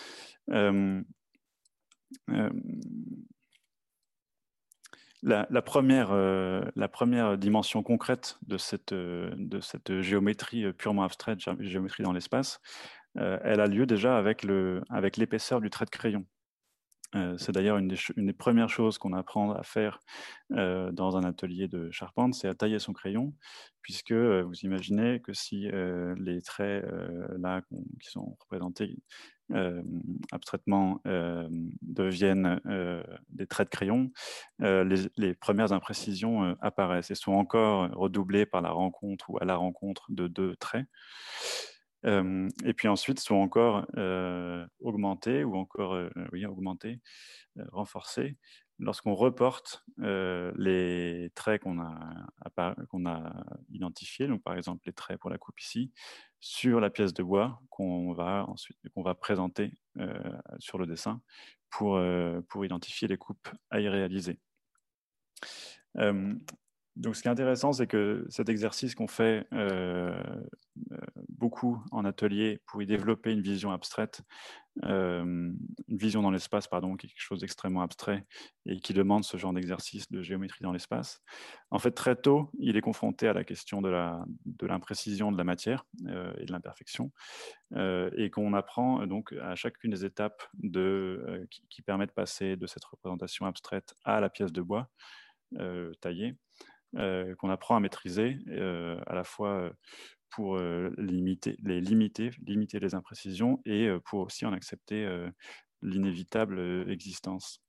La première dimension concrète de cette géométrie purement abstraite, géométrie dans l'espace, elle a lieu déjà avec l'épaisseur du trait de crayon. C'est d'ailleurs une des premières choses qu'on apprend à faire dans un atelier de charpente, c'est à tailler son crayon, puisque vous imaginez que si les traits là qui sont représentés abstraitement deviennent des traits de crayon, les premières imprécisions apparaissent et sont encore redoublées par la rencontre ou à la rencontre de deux traits. Et puis ensuite sont encore augmentés ou encore renforcés lorsqu'on reporte les traits qu'on a identifiés, donc par exemple les traits pour la coupe ici, sur la pièce de bois qu'on va présenter sur le dessin pour identifier les coupes à y réaliser. Donc, ce qui est intéressant, c'est que cet exercice qu'on fait beaucoup en atelier pour y développer une vision abstraite, une vision dans l'espace, pardon, quelque chose d'extrêmement abstrait et qui demande ce genre d'exercice de géométrie dans l'espace. En fait, très tôt, il est confronté à la question de l'imprécision de la matière et de l'imperfection, et qu'on apprend donc à chacune des étapes qui permettent de passer de cette représentation abstraite à la pièce de bois taillée. Qu'on apprend à maîtriser à la fois pour limiter les imprécisions et pour aussi en accepter l'inévitable existence.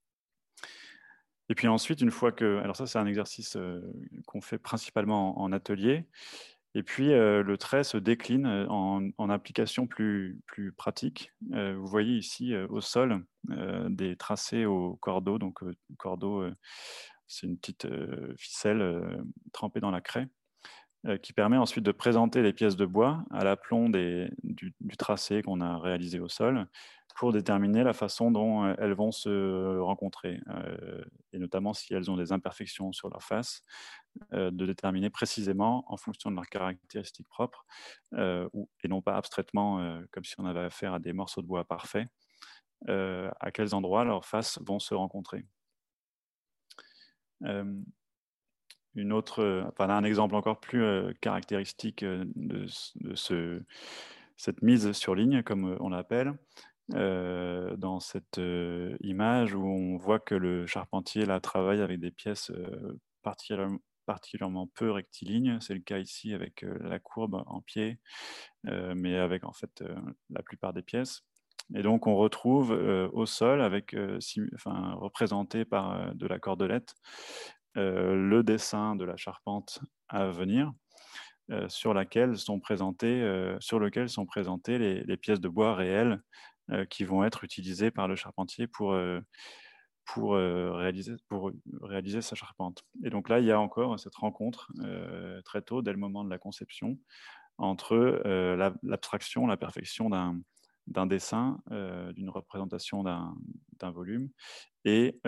Et puis ensuite, une fois que... Alors ça, c'est un exercice qu'on fait principalement en atelier. Et puis, le trait se décline en applications plus pratiques. Vous voyez ici au sol des tracés au cordeau. Donc, cordeau, c'est une petite ficelle trempée dans la craie qui permet ensuite de présenter les pièces de bois à l'aplomb du tracé qu'on a réalisé au sol pour déterminer la façon dont elles vont se rencontrer, et notamment si elles ont des imperfections sur leur face, de déterminer précisément, en fonction de leurs caractéristiques propres, et non pas abstraitement, comme si on avait affaire à des morceaux de bois parfaits, à quels endroits leurs faces vont se rencontrer. Un exemple encore plus caractéristique de cette mise sur ligne, comme on l'appelle, dans cette image où on voit que le charpentier là, travaille avec des pièces particulièrement peu rectilignes. C'est le cas ici avec la courbe en pied, mais avec en fait la plupart des pièces. Et donc on retrouve au sol, représenté par de la cordelette, le dessin de la charpente à venir, sur lequel sont présentées les pièces de bois réelles qui vont être utilisées par le charpentier pour réaliser sa charpente. Et donc là, il y a encore cette rencontre très tôt, dès le moment de la conception, entre l'abstraction, la perfection d'un dessin, d'une représentation d'un volume, et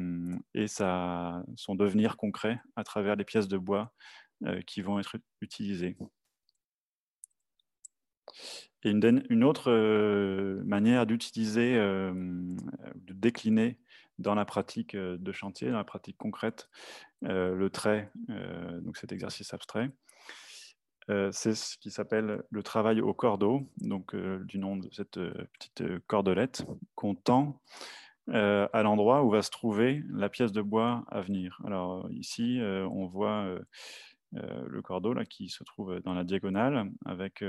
son devenir concret à travers les pièces de bois qui vont être utilisées. Et une autre manière d'utiliser, de décliner dans la pratique de chantier, dans la pratique concrète, le trait, donc cet exercice abstrait, c'est ce qui s'appelle le travail au cordeau, donc du nom de cette petite cordelette qu'on tend à l'endroit où va se trouver la pièce de bois à venir. Alors ici, on voit le cordeau là, qui se trouve dans la diagonale avec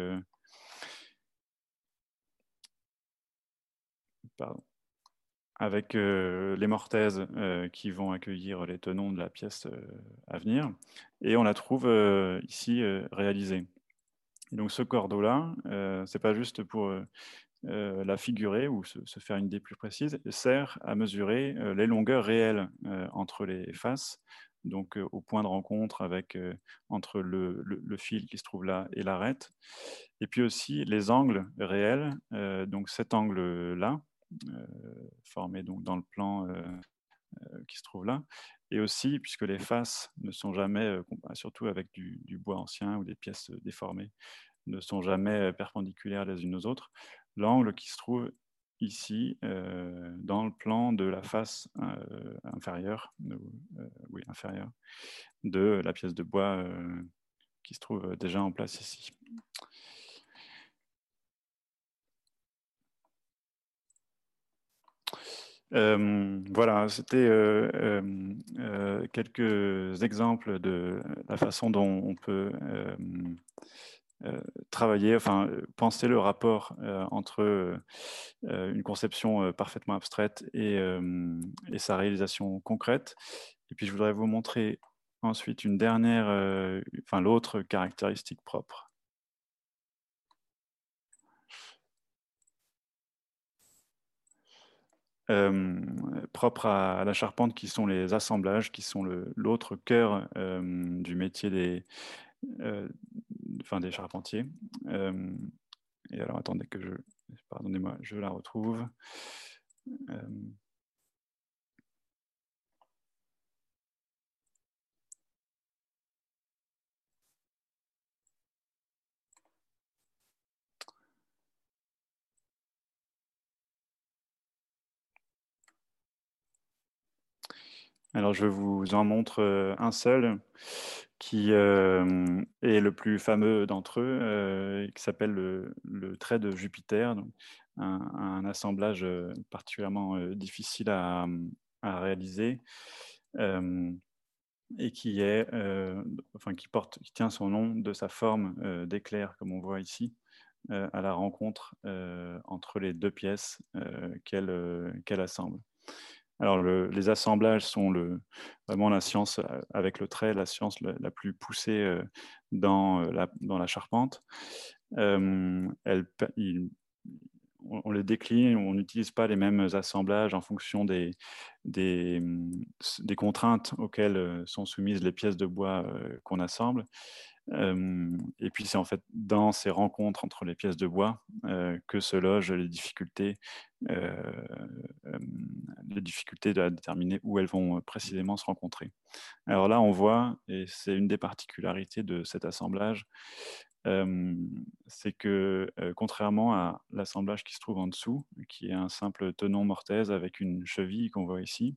les mortaises qui vont accueillir les tenons de la pièce à venir, et on la trouve ici réalisée. Et donc ce cordeau-là, c'est pas juste pour la figurer ou se faire une idée plus précise, sert à mesurer les longueurs réelles entre les faces, donc au point de rencontre entre le fil qui se trouve là et l'arête, et puis aussi les angles réels, donc cet angle-là, formé donc dans le plan qui se trouve là, et aussi, puisque les faces ne sont jamais, surtout avec du bois ancien ou des pièces déformées, ne sont jamais perpendiculaires les unes aux autres, l'angle qui se trouve ici, dans le plan de la face inférieure, oui, inférieure, de la pièce de bois qui se trouve déjà en place ici. Voilà, c'était quelques exemples de la façon dont on peut travailler, enfin penser le rapport entre une conception parfaitement abstraite et sa réalisation concrète. Et puis je voudrais vous montrer ensuite une dernière, enfin l'autre caractéristique propre. Propre à la charpente, qui sont les assemblages, qui sont l'autre cœur du métier des charpentiers. Et alors, attendez que pardonnez-moi, je la retrouve. Alors, je vous en montre un seul qui est le plus fameux d'entre eux, qui s'appelle le trait de Jupiter, donc un assemblage particulièrement difficile à réaliser et qui tient son nom de sa forme d'éclair, comme on voit ici, à la rencontre entre les deux pièces qu'elle assemble. Alors, les assemblages sont vraiment la science, avec le trait, la science la plus poussée dans la charpente. On les décline, on n'utilise pas les mêmes assemblages en fonction des contraintes auxquelles sont soumises les pièces de bois qu'on assemble. Et puis c'est en fait dans ces rencontres entre les pièces de bois que se logent les difficultés à déterminer où elles vont précisément se rencontrer. Alors là, on voit, et c'est une des particularités de cet assemblage, c'est que contrairement à l'assemblage qui se trouve en dessous, qui est un simple tenon mortaise avec une cheville qu'on voit ici,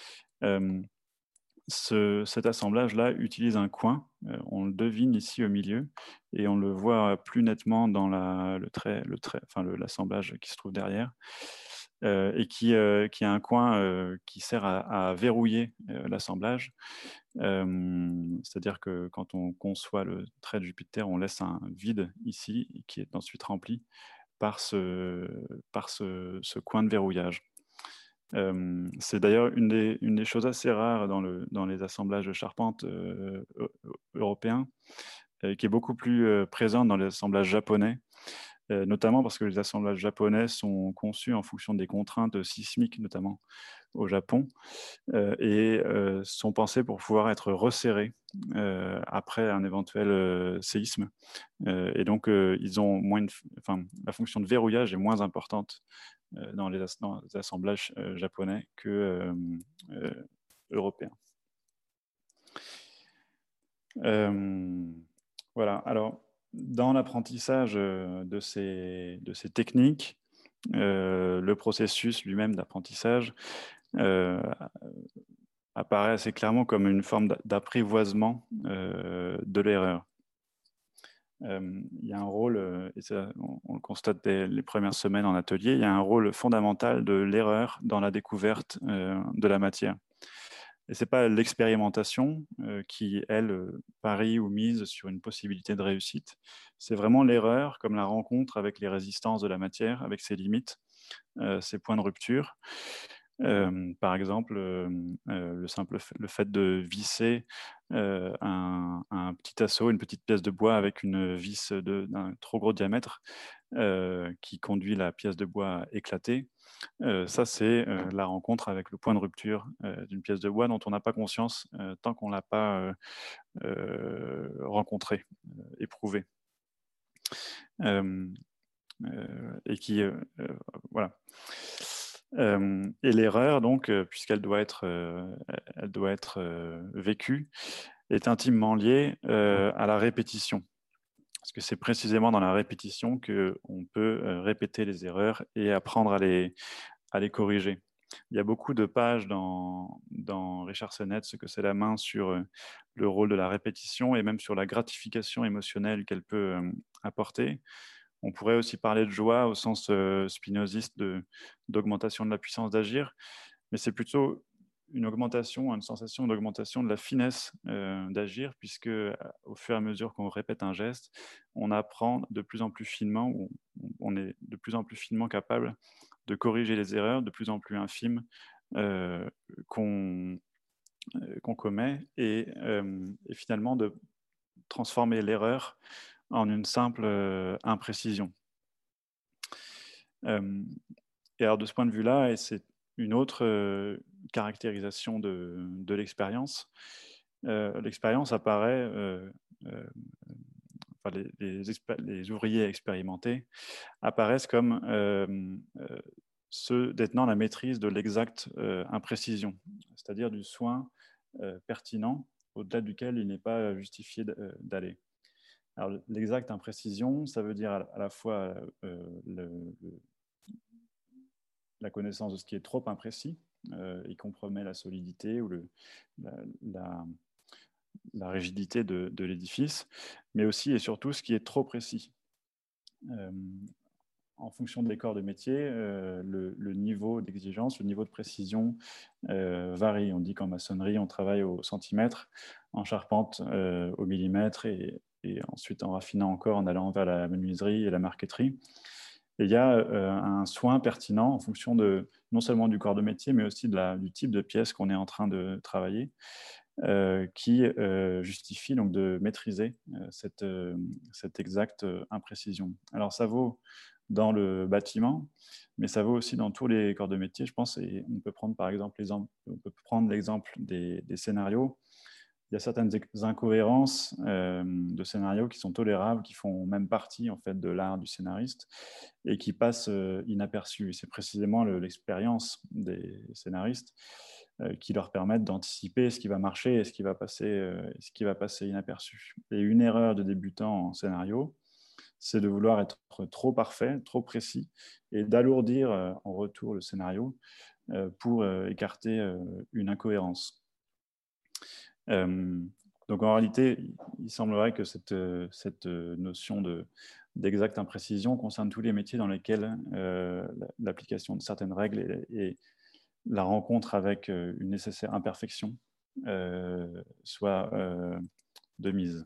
cet assemblage-là utilise un coin, on le devine ici au milieu, et on le voit plus nettement dans l'assemblage qui se trouve derrière, et qui a un coin qui sert à verrouiller l'assemblage. C'est-à-dire que quand on conçoit le trait de Jupiter, on laisse un vide ici, qui est ensuite rempli par ce coin de verrouillage. C'est d'ailleurs une des choses assez rares dans les assemblages de charpente européens, qui est beaucoup plus présente dans les assemblages japonais, notamment parce que les assemblages japonais sont conçus en fonction des contraintes sismiques, notamment au Japon, et sont pensés pour pouvoir être resserrés après un éventuel séisme. Et donc, ils ont la fonction de verrouillage est moins importante dans les assemblages japonais que européens. Voilà. Alors, dans l'apprentissage de ces techniques, le processus lui-même d'apprentissage apparaît assez clairement comme une forme d'apprivoisement de l'erreur. Il y a un rôle, et ça, on le constate dès les premières semaines en atelier, il y a un rôle fondamental de l'erreur dans la découverte de la matière. Et ce n'est pas l'expérimentation qui, elle, parie ou mise sur une possibilité de réussite. C'est vraiment l'erreur comme la rencontre avec les résistances de la matière, avec ses limites, ses points de rupture. Par exemple, le fait de visser un petit assaut, une petite pièce de bois avec une vis d'un trop gros diamètre, qui conduit la pièce de bois à éclater. Ça, c'est la rencontre avec le point de rupture d'une pièce de bois dont on n'a pas conscience tant qu'on ne l'a pas rencontré, éprouvé. Et qui, voilà. Et l'erreur, donc, puisqu'elle doit être, vécue, est intimement liée à la répétition. Parce que c'est précisément dans la répétition qu'on peut répéter les erreurs et apprendre à les corriger. Il y a beaucoup de pages dans Richard Sennett, ce que c'est la main, sur le rôle de la répétition et même sur la gratification émotionnelle qu'elle peut apporter. On pourrait aussi parler de joie au sens spinoziste d'augmentation de la puissance d'agir, mais c'est plutôt une sensation d'augmentation de la finesse d'agir, puisque au fur et à mesure qu'on répète un geste, on apprend de plus en plus finement, on est de plus en plus finement capable de corriger les erreurs de plus en plus infimes qu'on commet, et finalement de transformer l'erreur en une simple imprécision. Et alors de ce point de vue-là, et c'est une autre caractérisation de l'expérience, l'expérience apparaît, enfin, les ouvriers expérimentés apparaissent comme ceux détenant la maîtrise de l'exacte imprécision, c'est-à-dire du soin pertinent au-delà duquel il n'est pas justifié d'aller. Alors, l'exacte imprécision, ça veut dire à la fois la connaissance de ce qui est trop imprécis, il compromet la solidité ou la rigidité de l'édifice, mais aussi et surtout ce qui est trop précis. En fonction des corps de métier, le niveau d'exigence, le niveau de précision varie. On dit qu'en maçonnerie, on travaille au centimètre, en charpente au millimètre, et ensuite en raffinant encore en allant vers la menuiserie et la marqueterie. Et il y a un soin pertinent en fonction non seulement du corps de métier, mais aussi du type de pièce qu'on est en train de travailler, qui justifie donc de maîtriser cette exacte imprécision. Alors ça vaut dans le bâtiment, mais ça vaut aussi dans tous les corps de métier, je pense. Et on peut prendre par exemple l'exemple des scénarios. Il y a certaines incohérences de scénarios qui sont tolérables, qui font même partie en fait de l'art du scénariste et qui passent inaperçues. C'est précisément l'expérience des scénaristes qui leur permettent d'anticiper ce qui va marcher et ce qui va passer inaperçu. Et une erreur de débutant en scénario, c'est de vouloir être trop parfait, trop précis, et d'alourdir en retour le scénario pour écarter une incohérence. Donc en réalité, il semblerait que cette notion d'exacte imprécision concerne tous les métiers dans lesquels l'application de certaines règles et la rencontre avec une nécessaire imperfection soit de mise.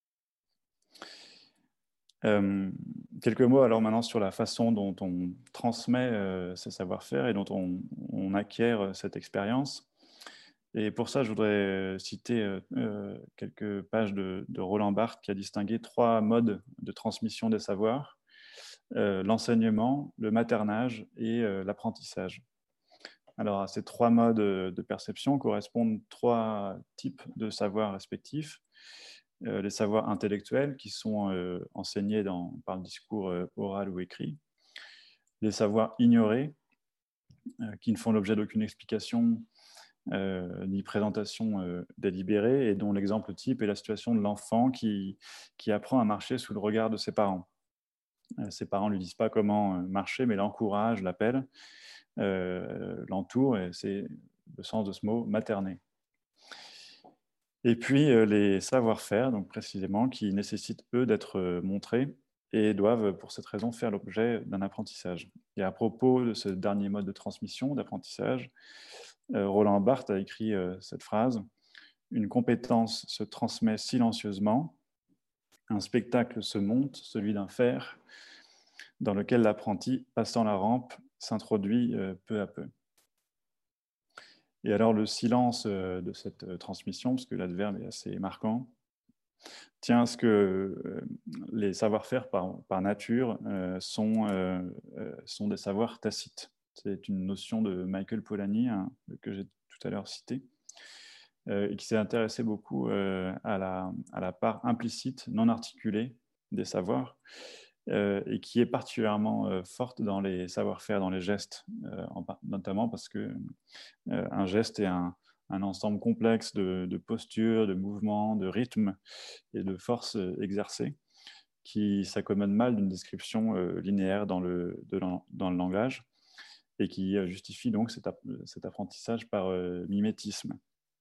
Quelques mots alors maintenant sur la façon dont on transmet ces savoir-faire et dont on acquiert cette expérience. Et pour ça, je voudrais citer quelques pages de Roland Barthes qui a distingué 3 modes de transmission des savoirs, l'enseignement, le maternage et l'apprentissage. Alors à ces 3 modes de perception correspondent 3 types de savoirs respectifs. Les savoirs intellectuels qui sont enseignés par le discours oral ou écrit, les savoirs ignorés qui ne font l'objet d'aucune explication ni présentation délibérée, et dont l'exemple type est la situation de l'enfant qui apprend à marcher sous le regard de ses parents. Ses parents ne lui disent pas comment marcher, mais l'encouragent, l'appellent, l'entourent, et c'est le sens de ce mot, materner. Et puis les savoir-faire, donc précisément, qui nécessitent, eux, d'être montrés et doivent, pour cette raison, faire l'objet d'un apprentissage. Et à propos de ce dernier mode de transmission, d'apprentissage, Roland Barthes a écrit cette phrase: « Une compétence se transmet silencieusement, un spectacle se monte, celui d'un fer, dans lequel l'apprenti, passant la rampe, s'introduit peu à peu. » Et alors le silence de cette transmission, parce que l'adverbe est assez marquant, tient à ce que les savoir-faire par nature sont des savoirs tacites. C'est une notion de Michael Polanyi, que j'ai tout à l'heure citée, et qui s'est intéressé beaucoup à la part implicite, non articulée des savoirs, et qui est particulièrement forte dans les savoir-faire, dans les gestes, notamment parce que un geste est un ensemble complexe de postures, de mouvements, de rythmes et de forces exercées qui s'accommodent mal d'une description linéaire dans le langage et qui justifie donc cet apprentissage par mimétisme.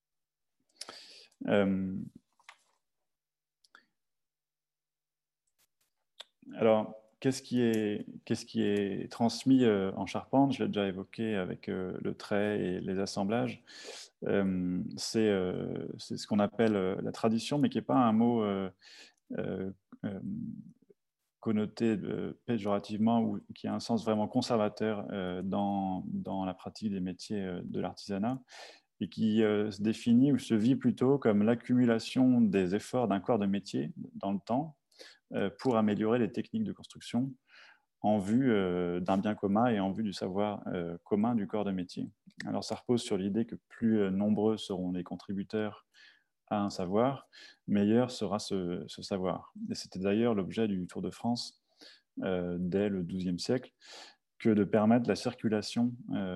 Alors, qu'est-ce qui est transmis en charpente? Je l'ai déjà évoqué avec le trait et les assemblages. C'est ce qu'on appelle la tradition, mais qui n'est pas un mot connoté péjorativement ou qui a un sens vraiment conservateur dans la pratique des métiers de l'artisanat, et qui se définit ou se vit plutôt comme l'accumulation des efforts d'un corps de métier dans le temps pour améliorer les techniques de construction en vue d'un bien commun et en vue du savoir commun du corps de métier. Alors ça repose sur l'idée que plus nombreux seront les contributeurs à un savoir, meilleur sera ce savoir. Et c'était d'ailleurs l'objet du Tour de France dès le XIIe siècle, que de permettre la circulation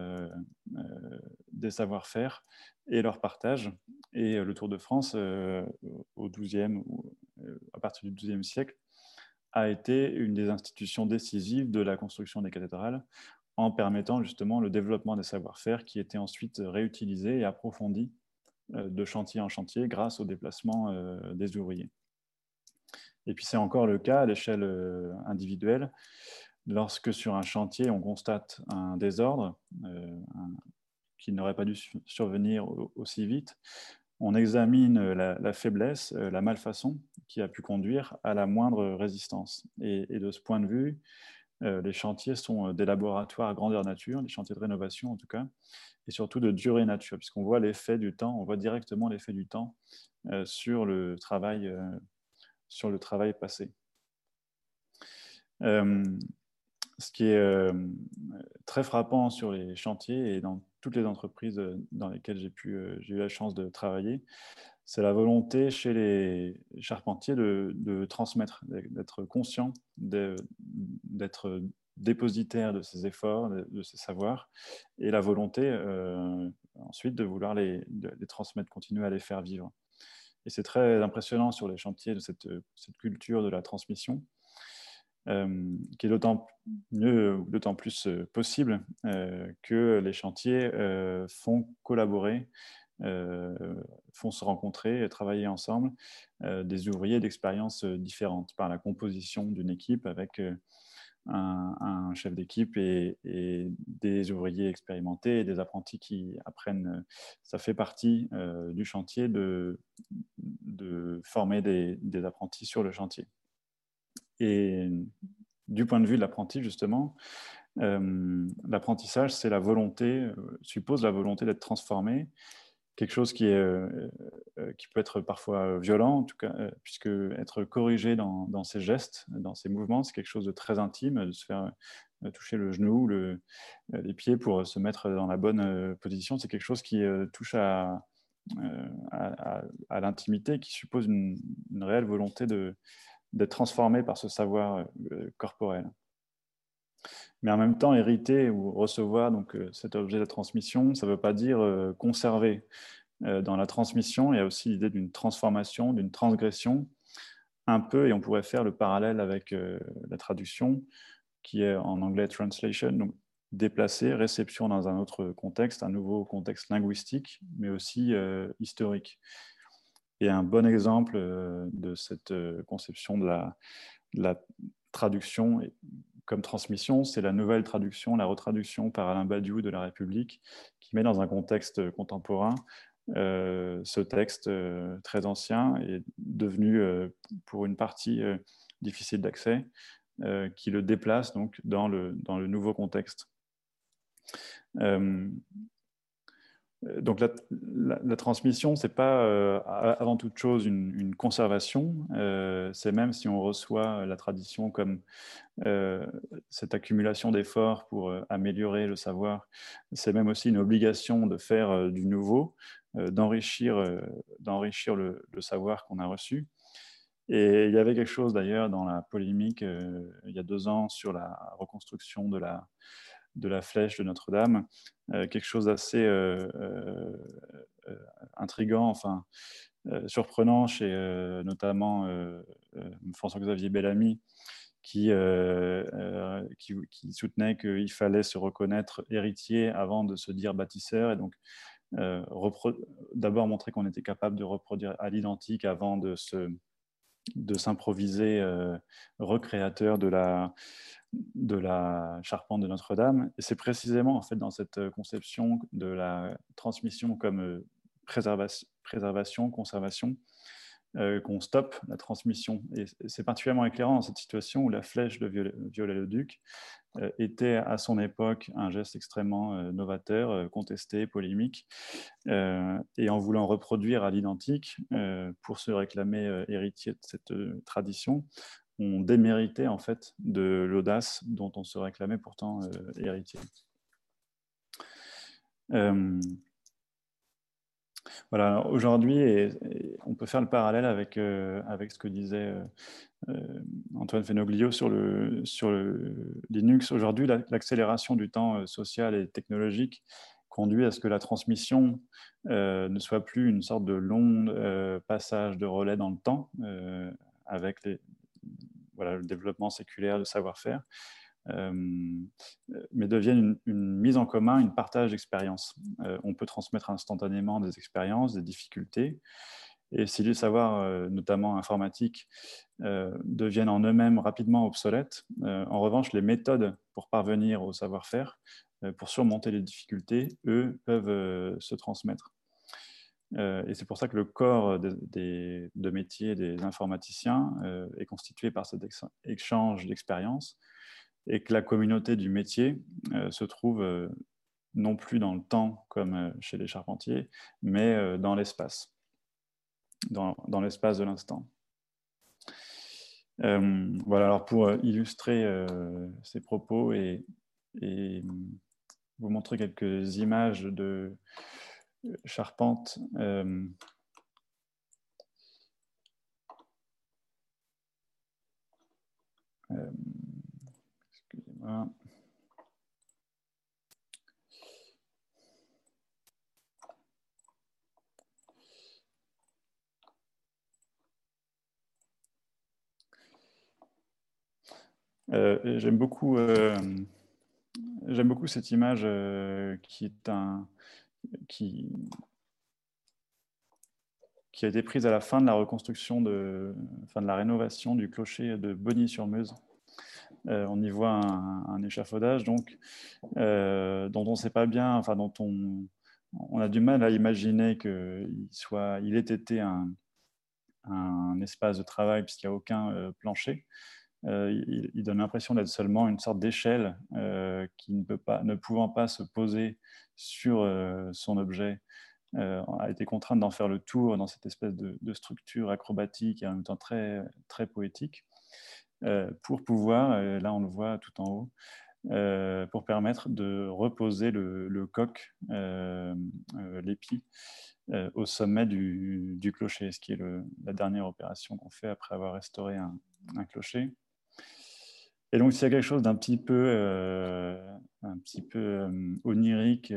des savoir-faire et leur partage. Et le Tour de France, au XIIe ou à partir du XIIe siècle, a été une des institutions décisives de la construction des cathédrales, en permettant justement le développement des savoir-faire qui étaient ensuite réutilisés et approfondis de chantier en chantier grâce au déplacement des ouvriers. Et puis c'est encore le cas à l'échelle individuelle. Lorsque sur un chantier, on constate un désordre qui n'aurait pas dû survenir aussi vite, on examine la faiblesse, la malfaçon qui a pu conduire à la moindre résistance. Et de ce point de vue, les chantiers sont des laboratoires à grandeur nature, les chantiers de rénovation en tout cas, et surtout de durée nature, puisqu'on voit l'effet du temps, on voit directement l'effet du temps sur le travail passé. Ce qui est très frappant sur les chantiers et dans toutes les entreprises dans lesquelles j'ai eu la chance de travailler, c'est la volonté chez les charpentiers de transmettre, d'être conscient, d'être dépositaire de ces efforts, de ces savoirs, et la volonté ensuite de vouloir les transmettre, continuer à les faire vivre. Et c'est très impressionnant sur les chantiers de cette culture de la transmission, qui est d'autant plus possible que les chantiers font collaborer, font se rencontrer et travailler ensemble des ouvriers d'expériences différentes par la composition d'une équipe avec un chef d'équipe et des ouvriers expérimentés et des apprentis qui apprennent. Ça fait partie du chantier de former des apprentis sur le chantier. Et du point de vue de l'apprenti, justement, l'apprentissage, c'est suppose la volonté d'être transformé, quelque chose qui peut être parfois violent, en tout cas, puisque être corrigé dans ses gestes, dans ses mouvements, c'est quelque chose de très intime, de se faire toucher le genou, les pieds pour se mettre dans la bonne position, c'est quelque chose qui touche à l'intimité, qui suppose une réelle volonté d'être transformé par ce savoir corporel. Mais en même temps, hériter ou recevoir cet objet de transmission, ça ne veut pas dire conserver. Dans la transmission, il y a aussi l'idée d'une transformation, d'une transgression, un peu, et on pourrait faire le parallèle avec la traduction, qui est en anglais translation, donc déplacer, réception dans un autre contexte, un nouveau contexte linguistique, mais aussi historique. Et un bon exemple de cette conception de la traduction comme transmission, c'est la nouvelle traduction, la retraduction par Alain Badiou de La République, qui met dans un contexte contemporain ce texte très ancien et devenu pour une partie difficile d'accès, qui le déplace donc dans le nouveau contexte. Donc la transmission, ce n'est pas avant toute chose une conservation, c'est même si on reçoit la tradition comme cette accumulation d'efforts pour améliorer le savoir, c'est même aussi une obligation de faire du nouveau, d'enrichir le savoir qu'on a reçu. Et il y avait quelque chose d'ailleurs dans la polémique il y a 2 ans sur la reconstruction de la flèche de Notre-Dame, quelque chose d'assez intriguant, enfin surprenant chez notamment François-Xavier Bellamy, qui soutenait qu'il fallait se reconnaître héritier avant de se dire bâtisseur, et donc d'abord montrer qu'on était capable de reproduire à l'identique avant de s'improviser recréateur de la charpente de Notre-Dame. Et c'est précisément en fait dans cette conception de la transmission comme préservation, conservation, qu'on stoppe la transmission. Et c'est particulièrement éclairant dans cette situation où la flèche de Viollet-le-Duc était à son époque un geste extrêmement novateur, contesté, polémique, et en voulant reproduire à l'identique pour se réclamer héritier de cette tradition, on déméritait en fait de l'audace dont on se réclamait pourtant héritier. Voilà, aujourd'hui, on peut faire le parallèle avec ce que disait Antoine Fenoglio sur le Linux. Aujourd'hui, l'accélération du temps social et technologique conduit à ce que la transmission ne soit plus une sorte de long passage de relais dans le temps avec le développement séculaire de savoir-faire, mais deviennent une mise en commun, une partage d'expériences. On peut transmettre instantanément des expériences, des difficultés, et si les savoirs, notamment informatiques, deviennent en eux-mêmes rapidement obsolètes, en revanche, les méthodes pour parvenir au savoir-faire, pour surmonter les difficultés, eux, peuvent se transmettre. Et c'est pour ça que le corps de métier des informaticiens est constitué par cet échange d'expériences, et que la communauté du métier se trouve non plus dans le temps comme chez les charpentiers, mais dans l'espace, dans l'espace de l'instant. Voilà, alors pour illustrer ces propos et vous montrer quelques images de charpente. Excusez-moi. J'aime beaucoup cette image qui a été prise à la fin de la reconstruction, de la rénovation du clocher de Bogny-sur-Meuse. On y voit un échafaudage donc, dont on ne sait pas bien, enfin dont on a du mal à imaginer qu'il ait été un espace de travail puisqu'il n'y a aucun plancher. Il donne l'impression d'être seulement une sorte d'échelle qui ne pouvant pas se poser sur son objet, a été contrainte d'en faire le tour dans cette espèce de structure acrobatique et en même temps très, très poétique, pour pouvoir, là on le voit tout en haut, pour permettre de reposer le coq, l'épi, au sommet du clocher, ce qui est la dernière opération qu'on fait après avoir restauré un clocher. Et donc, s'il y a quelque chose d'un petit peu onirique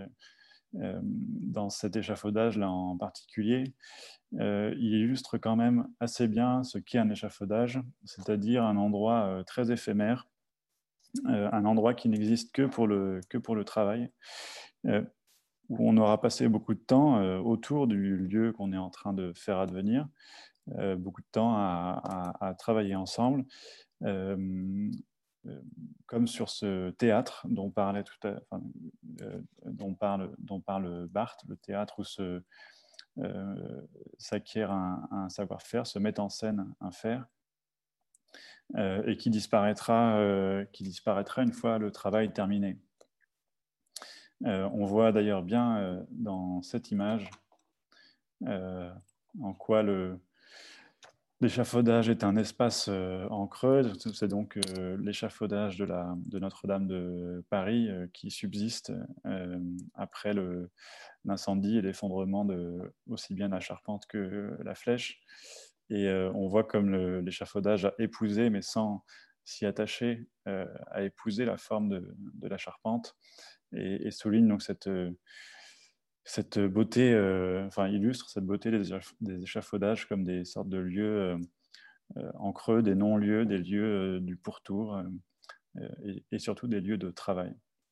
dans cet échafaudage-là en particulier, il illustre quand même assez bien ce qu'est un échafaudage, c'est-à-dire un endroit très éphémère, un endroit qui n'existe que pour le travail, où on aura passé beaucoup de temps autour du lieu qu'on est en train de faire advenir, beaucoup de temps à travailler ensemble, comme sur ce théâtre dont parlait dont parle Barthes, le théâtre où s'acquiert un savoir-faire, se met en scène un faire, et qui disparaîtra une fois le travail terminé. On voit d'ailleurs bien dans cette image en quoi l'échafaudage est un espace en creux. C'est donc l'échafaudage de Notre-Dame de Paris qui subsiste après l'incendie et l'effondrement de aussi bien la charpente que la flèche. Et on voit comme l'échafaudage a épousé, mais sans s'y attacher, a épousé la forme de la charpente et souligne donc cette beauté, illustre cette beauté des échafaudages comme des sortes de lieux en creux, des non-lieux, des lieux du pourtour et surtout des lieux de travail.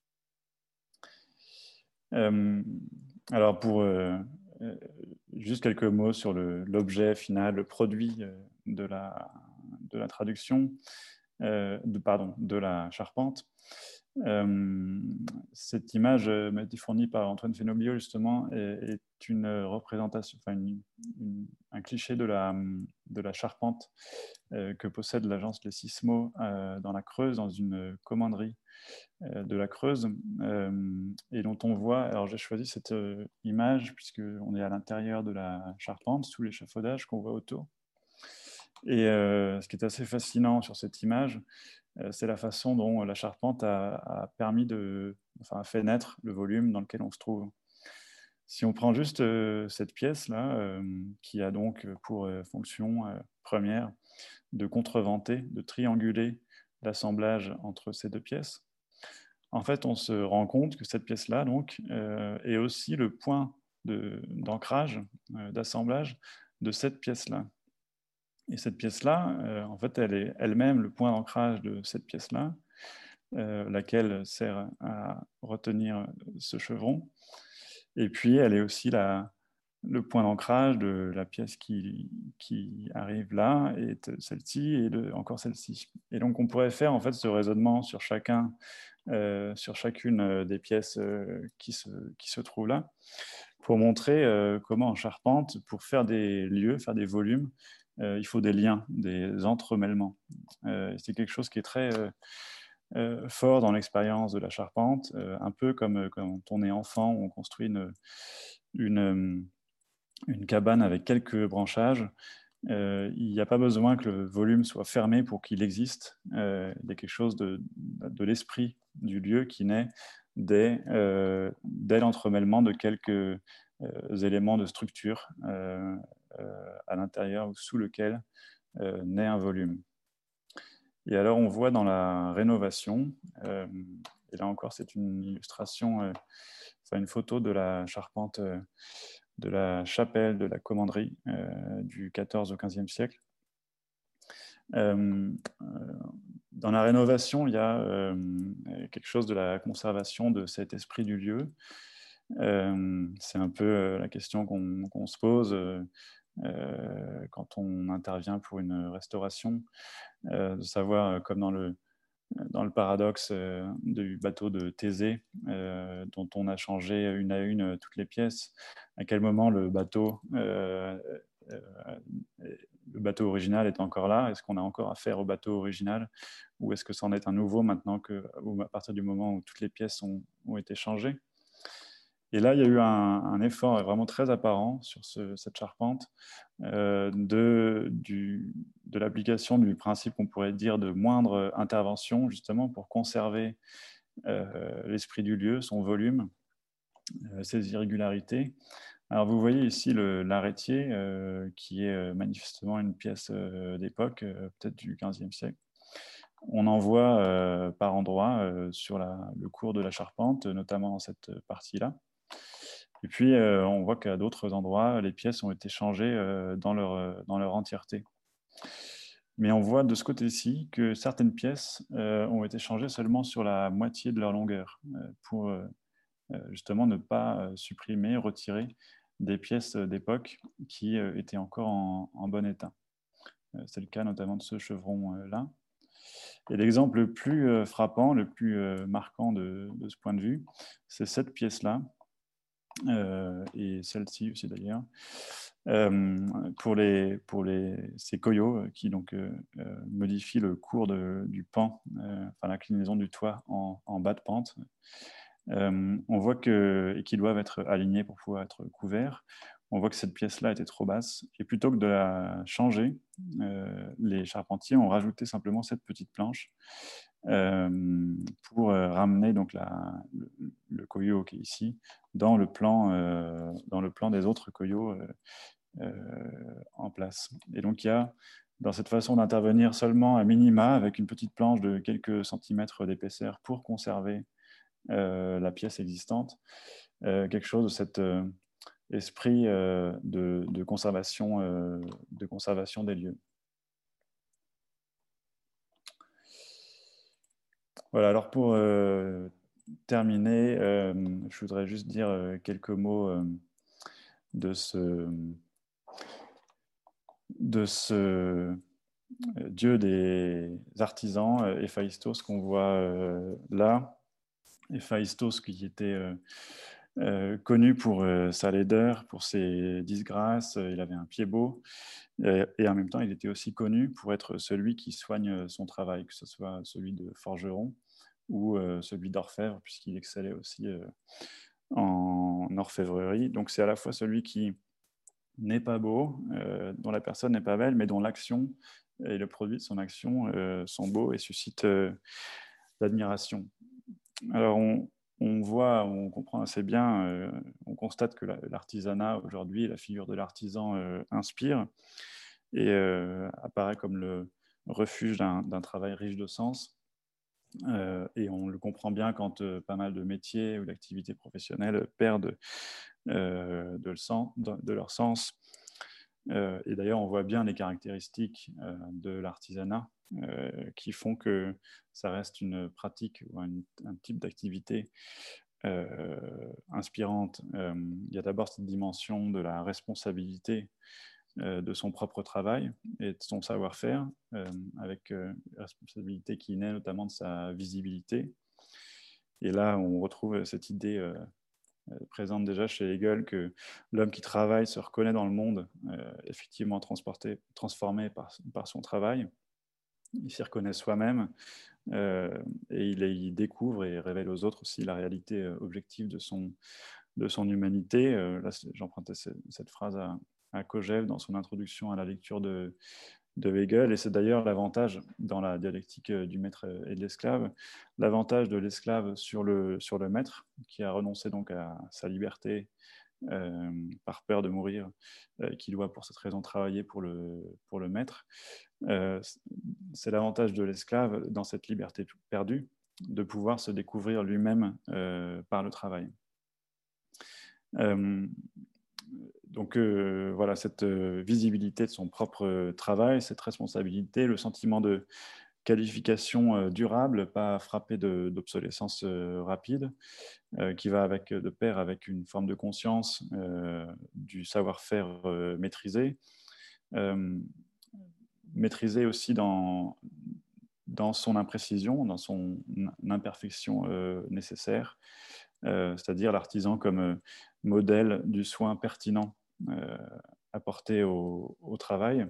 Alors pour juste quelques mots sur l'objet final, le produit de la traduction, de la charpente. Cette image m'a été fournie par Antoine Fenoglio justement est une représentation, un cliché de la charpente que possède l'agence Les Sismos dans la Creuse, dans une commanderie de la Creuse, et dont on voit, alors j'ai choisi cette image puisqu'on est à l'intérieur de la charpente, sous l'échafaudage qu'on voit autour. Et ce qui est assez fascinant sur cette image, c'est la façon dont la charpente a fait naître le volume dans lequel on se trouve. Si on prend juste cette pièce-là, qui a donc pour fonction première de contreventer, de trianguler l'assemblage entre ces deux pièces, en fait, on se rend compte que cette pièce-là donc, est aussi le point d'ancrage, d'assemblage de cette pièce-là. Et cette pièce-là, en fait, elle est elle-même le point d'ancrage de cette pièce-là, laquelle sert à retenir ce chevron. Et puis, elle est aussi le point d'ancrage de la pièce qui arrive là, et celle-ci, et encore celle-ci. Et donc, on pourrait faire en fait ce raisonnement sur chacune des pièces qui se trouvent là, pour montrer comment en charpente, pour faire des lieux, faire des volumes, il faut des liens, des entremêlements. C'est quelque chose qui est très fort dans l'expérience de la charpente, un peu comme quand on est enfant, on construit une cabane avec quelques branchages. Il n'y a pas besoin que le volume soit fermé pour qu'il existe. Il y a quelque chose de l'esprit du lieu qui naît dès l'entremêlement de quelques éléments de structure à l'intérieur ou sous lequel naît un volume. Et alors on voit dans la rénovation, et là encore c'est une illustration, une photo de la charpente de la chapelle de la commanderie du XIV au XVe siècle. Dans la rénovation, il y a quelque chose de la conservation de cet esprit du lieu. C'est un peu la question qu'on se pose quand on intervient pour une restauration, de savoir, comme dans le paradoxe du bateau de Thésée, dont on a changé une à une toutes les pièces, à quel moment le bateau original est encore là? Est-ce qu'on a encore affaire au bateau original? Ou est-ce que c'en est un nouveau maintenant ou à partir du moment où toutes les pièces ont été changées? Et là, il y a eu un effort vraiment très apparent sur cette charpente de l'application du principe qu'on pourrait dire de moindre intervention, justement pour conserver l'esprit du lieu, son volume, ses irrégularités. Alors vous voyez ici l'arrêtier, qui est manifestement une pièce d'époque, peut-être du XVe siècle. On en voit par endroits sur le cours de la charpente, notamment dans cette partie-là. Et puis, on voit qu'à d'autres endroits, les pièces ont été changées dans leur entièreté. Mais on voit de ce côté-ci que certaines pièces ont été changées seulement sur la moitié de leur longueur, pour justement ne pas supprimer, retirer des pièces d'époque qui étaient encore en bon état. C'est le cas notamment de ce chevron-là. Et l'exemple le plus frappant, le plus marquant de ce point de vue, c'est cette pièce-là, et celle-ci aussi d'ailleurs, pour ces coyots qui donc modifient le cours du pan, l'inclinaison du toit en bas de pente. On voit qu'ils doivent être alignés pour pouvoir être couverts. On voit que cette pièce-là était trop basse. Et plutôt que de la changer, les charpentiers ont rajouté simplement cette petite planche pour ramener donc le coyot qui est ici dans le plan des autres coyots en place. Et donc il y a dans cette façon d'intervenir seulement à minima avec une petite planche de quelques centimètres d'épaisseur pour conserver la pièce existante, quelque chose de cet esprit de conservation des lieux. Voilà, alors pour terminer, je voudrais juste dire quelques mots de ce dieu des artisans, Héphaïstos, qu'on voit là. Héphaïstos qui était connu pour sa laideur, pour ses disgrâces, il avait un pied beau, et en même temps il était aussi connu pour être celui qui soigne son travail, que ce soit celui de forgeron ou celui d'orfèvre, puisqu'il excellait aussi en orfèvrerie. Donc c'est à la fois celui qui n'est pas beau, dont la personne n'est pas belle, mais dont l'action et le produit de son action sont beaux et suscitent l'admiration. Alors on comprend assez bien, on constate que l'artisanat aujourd'hui, la figure de l'artisan inspire et apparaît comme le refuge d'un travail riche de sens. Et on le comprend bien quand pas mal de métiers ou d'activités professionnelles perdent de leur sens. Et d'ailleurs, on voit bien les caractéristiques de l'artisanat qui font que ça reste une pratique ou un type d'activité inspirante. Il y a d'abord cette dimension de la responsabilité de son propre travail et de son savoir-faire, avec la responsabilité qui naît notamment de sa visibilité. Et là, on retrouve cette idée présente déjà chez Hegel que l'homme qui travaille se reconnaît dans le monde, effectivement transformé par son travail. Il s'y reconnaît soi-même et il découvre et révèle aux autres aussi la réalité objective de son humanité. Là, j'empruntais cette phrase à Kojève dans son introduction à la lecture de Hegel, et c'est d'ailleurs l'avantage dans la dialectique du maître et de l'esclave, l'avantage de l'esclave sur le maître, qui a renoncé donc à sa liberté par peur de mourir, qui doit pour cette raison travailler pour le maître. C'est l'avantage de l'esclave dans cette liberté perdue, de pouvoir se découvrir lui-même par le travail. Donc voilà, cette visibilité de son propre travail, cette responsabilité, le sentiment de qualification durable, pas frappé d'obsolescence rapide, qui va de pair avec une forme de conscience du savoir-faire maîtrisé, maîtrisé aussi dans son imprécision, dans son imperfection nécessaire, c'est-à-dire l'artisan comme modèle du soin pertinent apporté au travail.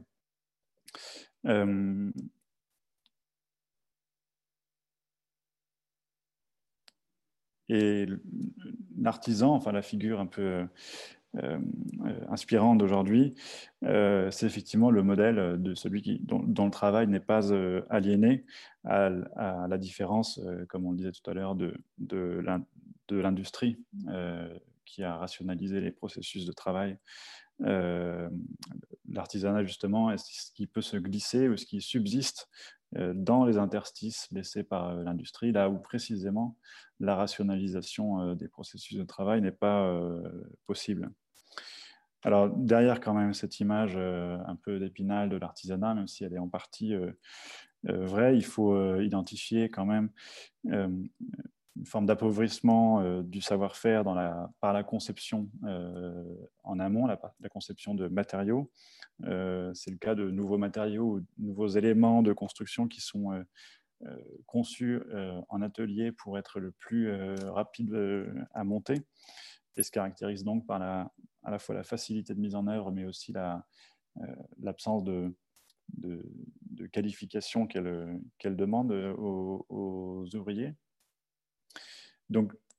Et l'artisan, enfin la figure un peu inspirante d'aujourd'hui, c'est effectivement le modèle de celui dont le travail n'est pas aliéné à la différence, comme on le disait tout à l'heure, de l'industrie qui a rationalisé les processus de travail. L'artisanat, justement, est ce qui peut se glisser ou ce qui subsiste dans les interstices laissés par l'industrie, là où précisément la rationalisation des processus de travail n'est pas possible. Alors derrière quand même cette image un peu d'Épinal de l'artisanat, même si elle est en partie vraie, il faut identifier quand même une forme d'appauvrissement du savoir-faire par la conception en amont, la conception de matériaux. C'est le cas de nouveaux matériaux ou de nouveaux éléments de construction qui sont conçus en atelier pour être le plus rapide à monter, et se caractérise donc par à la fois la facilité de mise en œuvre, mais aussi l'absence de qualification qu'elle demande aux ouvriers. Donc,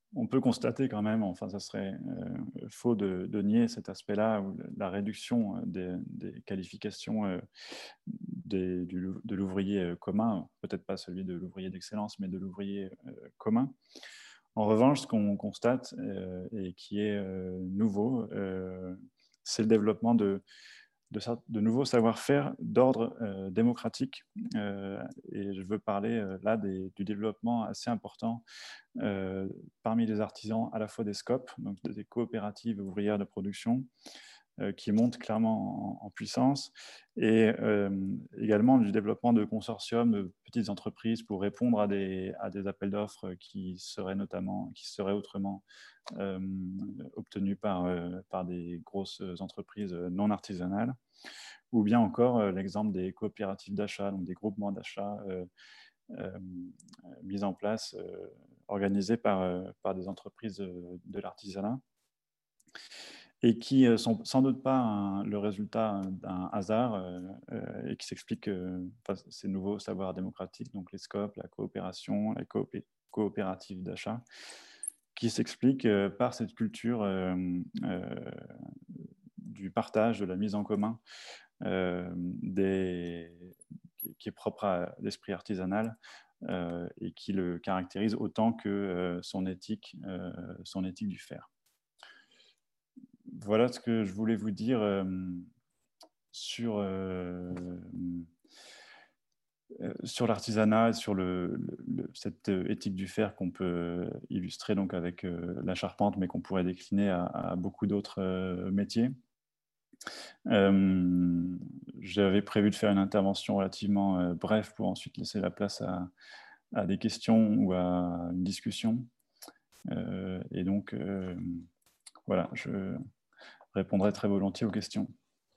on peut constater quand même, enfin ça serait faux de nier cet aspect-là, où la réduction des qualifications de l'ouvrier commun, peut-être pas celui de l'ouvrier d'excellence, mais de l'ouvrier commun. En revanche, ce qu'on constate et qui est nouveau, c'est le développement de nouveaux savoir-faire d'ordre démocratique. Et je veux parler là du développement assez important parmi les artisans, à la fois des SCOP, donc des coopératives ouvrières de production, qui montent clairement en puissance, et également du développement de consortiums, de petites entreprises pour répondre à des appels d'offres qui seraient autrement obtenus par des grosses entreprises non artisanales, ou bien encore l'exemple des coopératives d'achat, donc des groupements d'achat mis en place, organisés par des entreprises de l'artisanat, et qui sont sans doute pas le résultat d'un hasard, et qui s'expliquent ces nouveaux savoirs démocratiques, donc les SCOP, la coopération, la coopérative d'achat, qui s'expliquent par cette culture du partage, de la mise en commun, qui est propre à l'esprit artisanal, et qui le caractérise autant que son éthique du faire. Voilà ce que je voulais vous dire sur l'artisanat, sur cette éthique du faire qu'on peut illustrer donc avec la charpente, mais qu'on pourrait décliner à beaucoup d'autres métiers. J'avais prévu de faire une intervention relativement brève pour ensuite laisser la place à des questions ou à une discussion. Et donc, voilà, je répondrai très volontiers aux questions.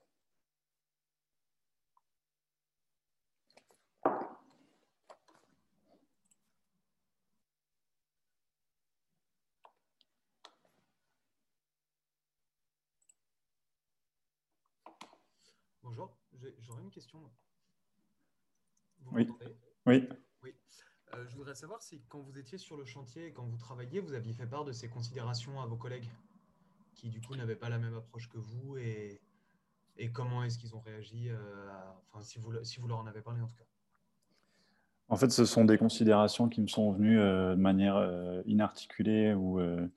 Bonjour, j'aurais une question. Vous Oui. m'entendez? Oui. Oui. Je voudrais savoir si quand vous étiez sur le chantier, quand vous travailliez, vous aviez fait part de ces considérations à vos collègues qui du coup n'avaient pas la même approche que vous, et comment est-ce qu'ils ont réagi, enfin si vous leur en avez parlé en tout cas. En fait, ce sont des considérations qui me sont venues de manière inarticulée, ou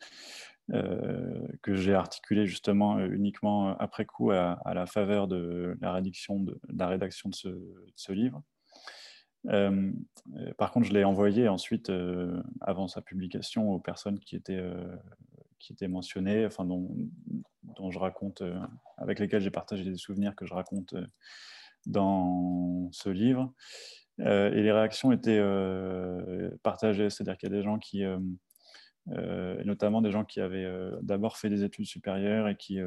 que j'ai articulées justement uniquement après coup à la faveur de la rédaction de ce livre. Par contre, je l'ai envoyé ensuite, avant sa publication, aux personnes qui étaient mentionnées, enfin, dont je raconte, avec lesquelles j'ai partagé des souvenirs que je raconte dans ce livre. Et les réactions étaient partagées, c'est-à-dire qu'il y a des gens qui, notamment des gens qui avaient d'abord fait des études supérieures et qui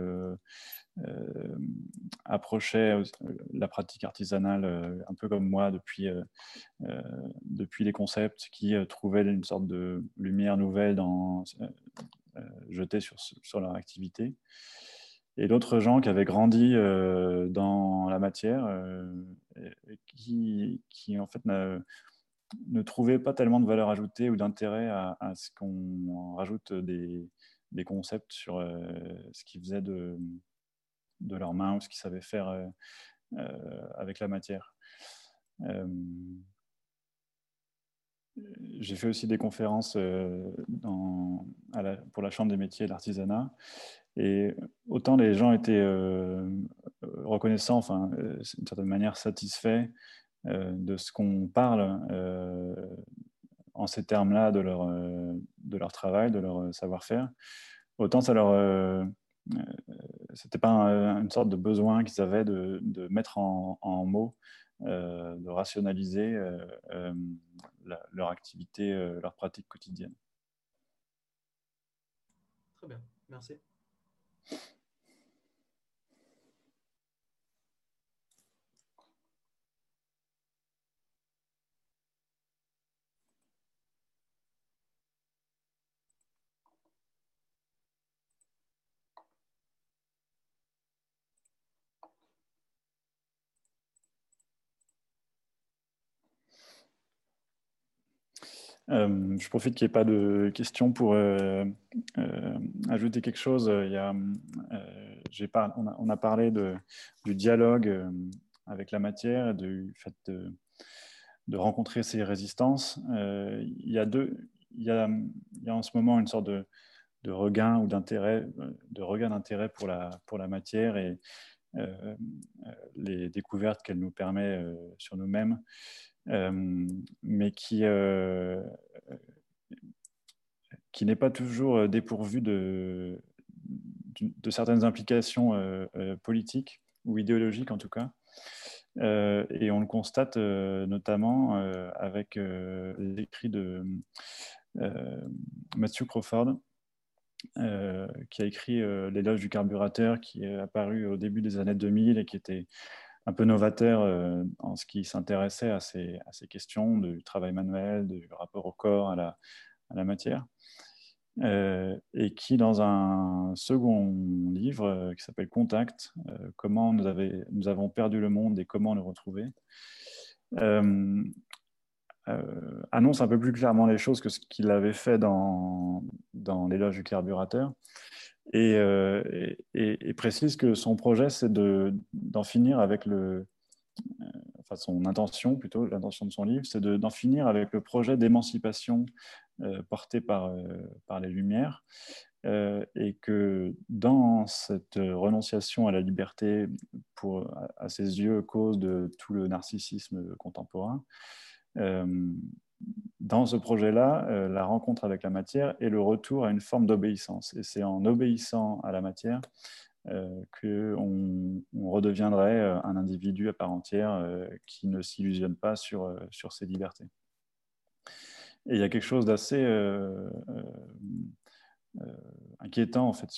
approchaient la pratique artisanale un peu comme moi depuis les concepts, qui trouvaient une sorte de lumière nouvelle jetée sur leur activité. Et d'autres gens qui avaient grandi dans la matière, et qui en fait ne trouvaient pas tellement de valeur ajoutée ou d'intérêt à ce qu'on rajoute des concepts sur ce qu'ils faisaient de leurs mains, ou ce qu'ils savaient faire avec la matière. J'ai fait aussi des conférences pour la Chambre des métiers et de l'artisanat. Et autant les gens étaient reconnaissants, enfin, d'une certaine manière satisfaits de ce qu'on parle en ces termes-là de leur travail, de leur savoir-faire, autant ça c'était pas une sorte de besoin qu'ils avaient de mettre en mots, de rationaliser leur activité, leur pratique quotidienne. Très bien, merci. Je profite qu'il n'y ait pas de questions pour ajouter quelque chose. On a parlé du dialogue avec la matière et du fait de rencontrer ces résistances. Il y a en ce moment une sorte de regain ou d'intérêt pour la matière et les découvertes qu'elle nous permet sur nous-mêmes, mais qui n'est pas toujours dépourvu de certaines implications politiques ou idéologiques en tout cas. Et on le constate notamment avec les écrits de Matthew Crawford, qui a écrit L'éloge du carburateur, qui est apparu au début des années 2000 et qui était un peu novateur en ce qui s'intéressait à ces questions du travail manuel, du rapport au corps, à la matière. Et qui, dans un second livre qui s'appelle Contact, comment nous avons perdu le monde et comment le retrouver, annonce un peu plus clairement les choses que ce qu'il avait fait dans L'éloge du carburateur, et précise que son projet, c'est d'en finir avec son intention, plutôt l'intention de son livre, c'est d'en finir avec le projet d'émancipation porté par les Lumières, et que dans cette renonciation à la liberté, à ses yeux, cause de tout le narcissisme contemporain, dans ce projet-là, la rencontre avec la matière est le retour à une forme d'obéissance. Et c'est en obéissant à la matière qu'on redeviendrait un individu à part entière qui ne s'illusionne pas sur ses libertés. Et il y a quelque chose d'assez inquiétant, en fait,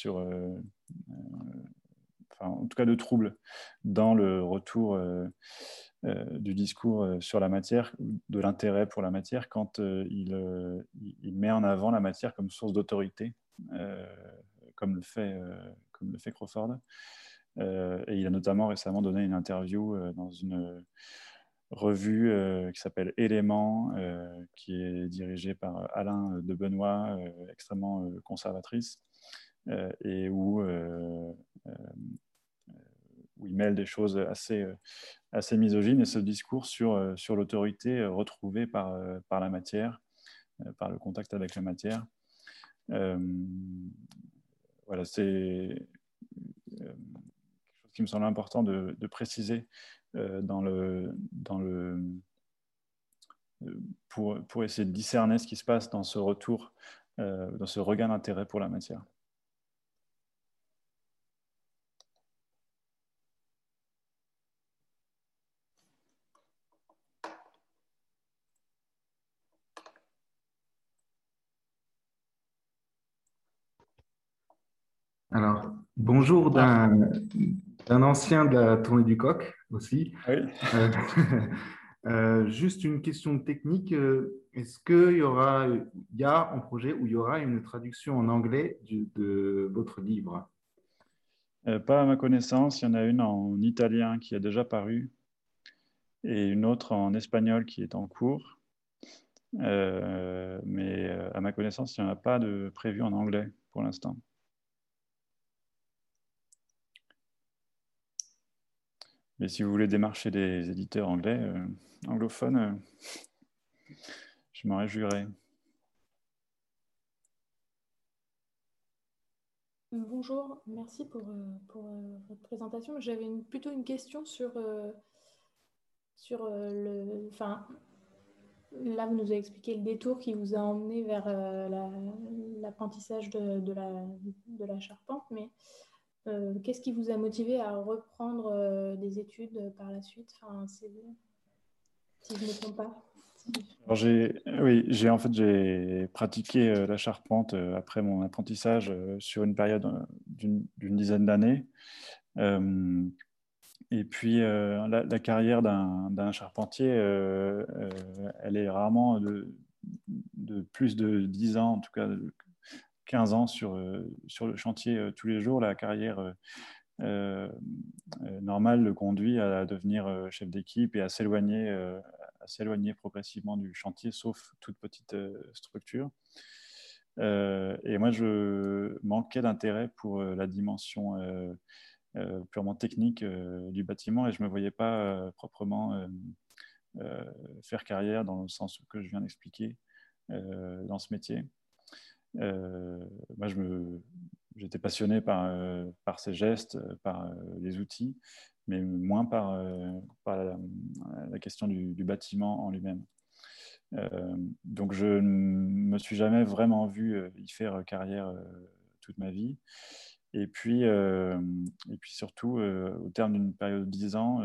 en tout cas de trouble, dans le retour du discours sur la matière, de l'intérêt pour la matière, quand il met en avant la matière comme source d'autorité, comme le fait Crawford. Et il a notamment récemment donné une interview dans une revue qui s'appelle Éléments, qui est dirigée par Alain de Benoît, extrêmement conservatrice, et où il mêle des choses assez misogynes, et ce discours sur l'autorité retrouvée par la matière, par le contact avec la matière. Voilà, c'est quelque chose qui me semble important de préciser pour essayer de discerner ce qui se passe dans ce retour, dans ce regain d'intérêt pour la matière. Alors, bonjour d'un ancien de la tournée du Coq aussi. Oui. Juste une question technique. Est-ce qu'il y a un projet où il y aura une traduction en anglais de votre livre? Pas à ma connaissance. Il y en a une en italien qui a déjà paru et une autre en espagnol qui est en cours. Mais à ma connaissance, il n'y en a pas de prévu en anglais pour l'instant. Mais si vous voulez démarcher des éditeurs anglais, anglophones, je m'en réjouirais. Bonjour, merci pour votre présentation. J'avais plutôt une question sur là, vous nous avez expliqué le détour qui vous a emmené vers l'apprentissage de la charpente, mais qu'est-ce qui vous a motivé à reprendre des études par la suite? Si je ne me trompe pas. Alors j'ai pratiqué la charpente après mon apprentissage sur une période d'une dizaine d'années. Et puis la carrière d'un charpentier, elle est rarement de plus de 10 ans, en tout cas 15 ans sur le chantier tous les jours. La carrière normale le conduit à devenir chef d'équipe et à s'éloigner s'éloigner progressivement du chantier, sauf toute petite structure. Et moi, je manquais d'intérêt pour la dimension purement technique du bâtiment et je ne me voyais pas proprement faire carrière dans le sens que je viens d'expliquer dans ce métier. Moi, j'étais passionné par ces gestes, par les outils, mais moins par la question du bâtiment en lui-même. Donc, je ne me suis jamais vraiment vu y faire carrière toute ma vie. Et puis surtout, au terme d'une période de 10 ans,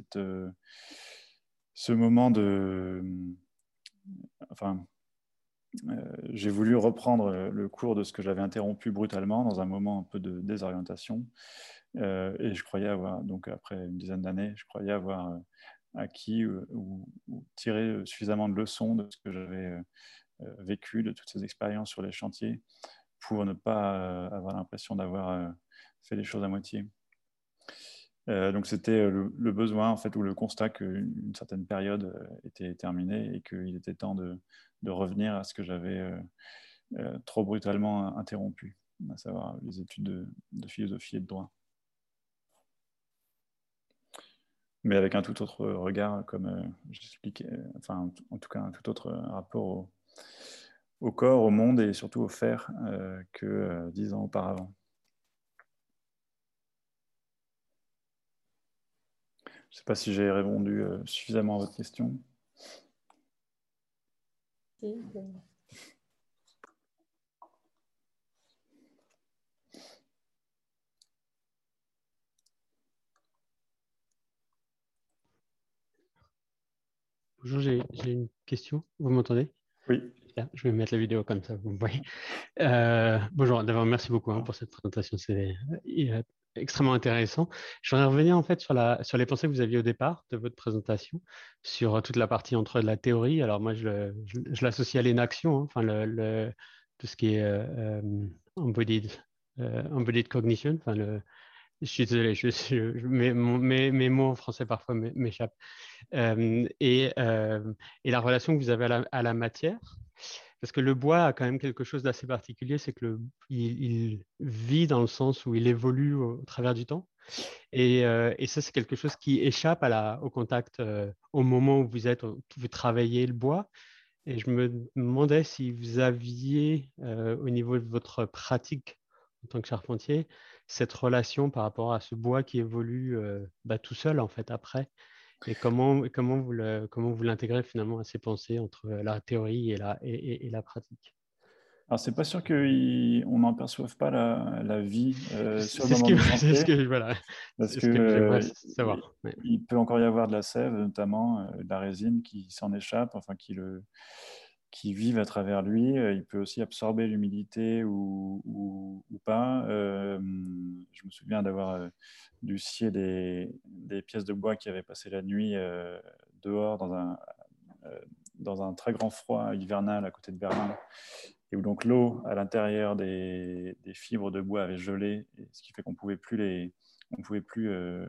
ce moment de... Enfin, j'ai voulu reprendre le cours de ce que j'avais interrompu brutalement dans un moment un peu de désorientation. Et je croyais avoir, donc après une dizaine d'années, je croyais avoir acquis ou tiré suffisamment de leçons de ce que j'avais vécu, de toutes ces expériences sur les chantiers, pour ne pas avoir l'impression d'avoir fait les choses à moitié. Donc c'était le besoin en fait, ou le constat qu'une certaine période était terminée et qu'il était temps de revenir à ce que j'avais trop brutalement interrompu, à savoir les études de philosophie et de droit. Mais avec un tout autre regard, comme j'expliquais, enfin en tout cas un tout autre rapport au corps, au monde et surtout au faire que 10 ans auparavant. Je ne sais pas si j'ai répondu suffisamment à votre question. Bonjour, j'ai une question. Vous m'entendez? Oui. Je vais mettre la vidéo comme ça, vous me voyez. Bonjour, d'abord, merci beaucoup pour cette présentation. C'est extrêmement intéressant. Je voudrais revenir en fait sur les pensées que vous aviez au départ de votre présentation, sur toute la partie entre la théorie. Alors moi, je l'associe à l'inaction, hein, enfin tout ce qui est embodied cognition, enfin je suis désolé, mes mots en français parfois m'échappent. Et la relation que vous avez à la matière, parce que le bois a quand même quelque chose d'assez particulier, c'est que il vit dans le sens où il évolue au travers du temps. Et ça, c'est quelque chose qui échappe au contact au moment où vous travaillez le bois. Et je me demandais si vous aviez, au niveau de votre pratique en tant que charpentier, cette relation par rapport à ce bois qui évolue tout seul, en fait, après. Et comment vous l'intégrez finalement à ces pensées entre la théorie et la pratique? Alors, c'est pas sûr qu'on n'en perçoive pas la vie sur le C'est moment du chantier. C'est ce que j'aimerais savoir. Ouais. Il peut encore y avoir de la sève, notamment de la résine qui s'en échappe, enfin qui vivent à travers lui. Il peut aussi absorber l'humidité ou pas. Je me souviens d'avoir dû scier des pièces de bois qui avaient passé la nuit dehors dans un très grand froid hivernal à côté de Berlin, et où donc l'eau à l'intérieur des fibres de bois avait gelé, et ce qui fait qu'on ne pouvait plus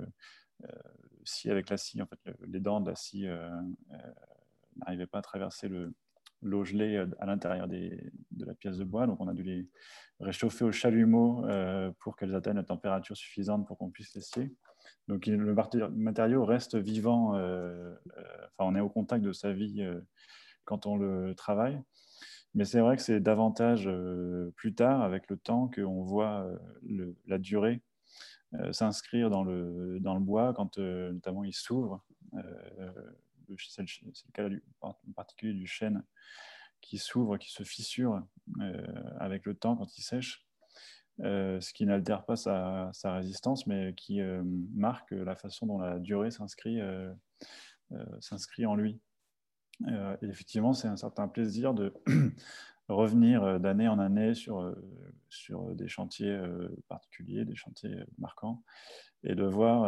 scier avec la scie. En fait, les dents de la scie n'arrivaient pas à traverser l'eau gelée à l'intérieur de la pièce de bois, donc on a dû les réchauffer au chalumeau pour qu'elles atteignent la température suffisante pour qu'on puisse les scier. Donc le matériau reste vivant, on est au contact de sa vie quand on le travaille. Mais c'est vrai que c'est davantage plus tard, avec le temps, qu'on voit la durée s'inscrire dans le bois, quand notamment il s'ouvre. C'est le cas en particulier du chêne qui s'ouvre, qui se fissure avec le temps quand il sèche. Ce qui n'altère pas sa résistance, mais qui marque la façon dont la durée s'inscrit en lui. Et effectivement, c'est un certain plaisir de revenir d'année en année sur des chantiers particuliers, des chantiers marquants, et de voir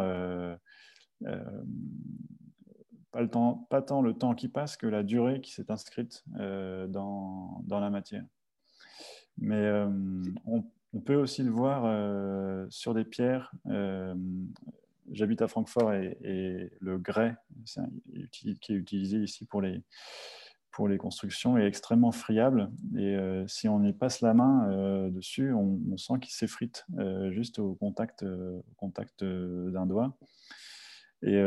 pas tant le temps qui passe que la durée qui s'est inscrite dans la matière. Mais on peut aussi le voir sur des pierres j'habite à Francfort et le grès qui est utilisé ici pour les constructions est extrêmement friable. Et si on y passe la main dessus, on sent qu'il s'effrite juste au contact d'un doigt. Et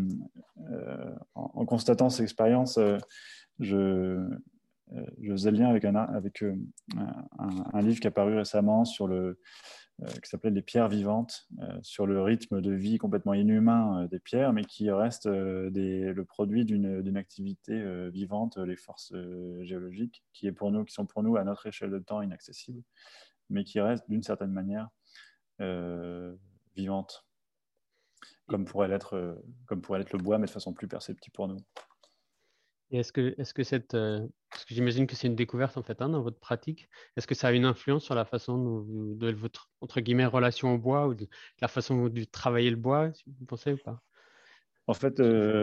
en constatant cette expérience, je faisais le lien avec un livre qui est apparu récemment qui s'appelait Les pierres vivantes, sur le rythme de vie complètement inhumain des pierres, mais qui reste le produit d'une activité vivante, les forces géologiques, qui sont pour nous, à notre échelle de temps, inaccessibles, mais qui restent d'une certaine manière vivantes, comme pourrait l'être le bois, mais de façon plus perceptible pour nous. Et est-ce que parce que j'imagine que c'est une découverte en fait dans votre pratique, est-ce que ça a une influence sur la façon de votre, entre guillemets, relation au bois ou de la façon de travailler le bois, si vous pensez ou pas? En fait,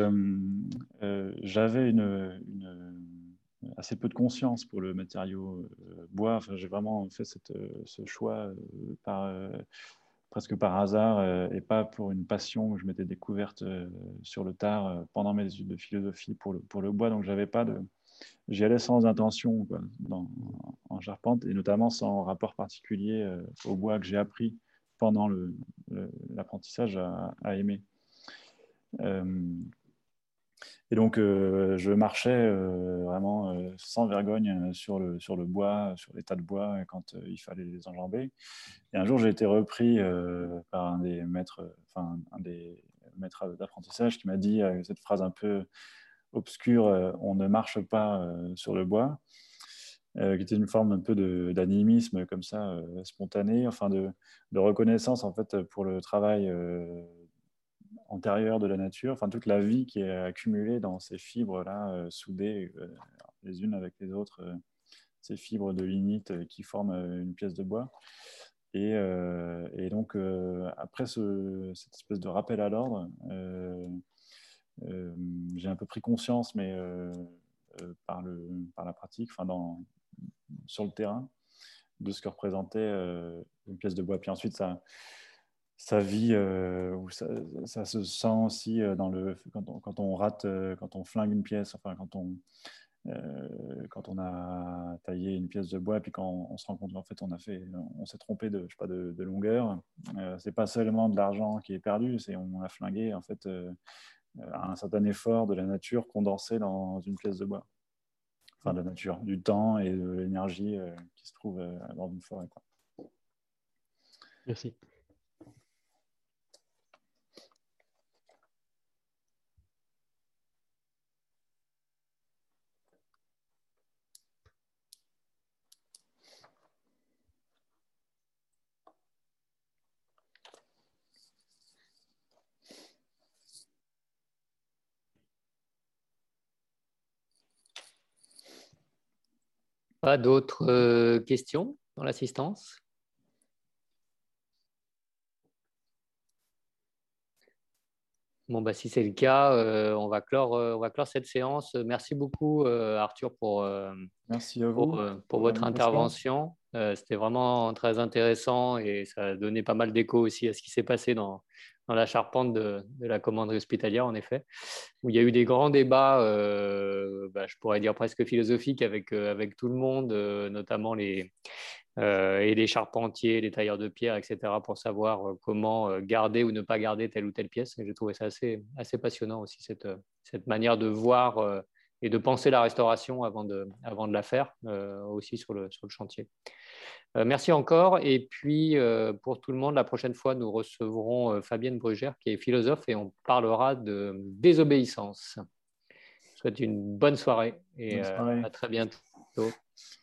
j'avais assez peu de conscience pour le matériau bois. Enfin, j'ai vraiment fait ce choix presque par hasard et pas pour une passion que je m'étais découverte sur le tard pendant mes études de philosophie pour le bois. Donc, j'y allais sans intention quoi, en charpente et notamment sans rapport particulier au bois que j'ai appris pendant l'apprentissage à aimer. Et donc, je marchais vraiment sans vergogne sur le bois, sur les tas de bois quand il fallait les enjamber. Et un jour, j'ai été repris par un des maîtres d'apprentissage qui m'a dit cette phrase un peu obscure, on ne marche pas sur le bois, qui était une forme un peu d'animisme comme ça, spontané, enfin de reconnaissance en fait pour le travail antérieure de la nature, enfin toute la vie qui est accumulée dans ces fibres-là, soudées les unes avec les autres, ces fibres de lignite qui forment une pièce de bois. Et donc, après cette espèce de rappel à l'ordre, j'ai un peu pris conscience, mais par la pratique, sur le terrain, de ce que représentait une pièce de bois. Puis ensuite, ça vit, où ça se sent aussi quand on rate, quand on flingue une pièce, enfin quand on a taillé une pièce de bois, et puis quand on se rend compte qu'en fait on s'est trompé de longueur. C'est pas seulement de l'argent qui est perdu, on a flingué en fait un certain effort de la nature condensé dans une pièce de bois. Enfin, de la nature, du temps et de l'énergie qui se trouve dans une forêt, quoi. Merci. Pas d'autres questions dans l'assistance? Bon, bah, si c'est le cas, on va clore cette séance. Merci beaucoup, Arthur, Merci à vous pour votre intervention. C'était vraiment très intéressant et ça a donné pas mal d'écho aussi à ce qui s'est passé dans la charpente de la commanderie hospitalière, en effet, où il y a eu des grands débats, je pourrais dire presque philosophiques avec tout le monde, notamment et les charpentiers, les tailleurs de pierre, etc., pour savoir comment garder ou ne pas garder telle ou telle pièce. Et j'ai trouvé ça assez passionnant aussi, cette manière de voir et de penser la restauration avant de la faire, aussi sur le chantier. Merci encore. Et puis, pour tout le monde, la prochaine fois, nous recevrons Fabienne Brugère, qui est philosophe, et on parlera de désobéissance. Je vous souhaite une bonne soirée et à très bientôt.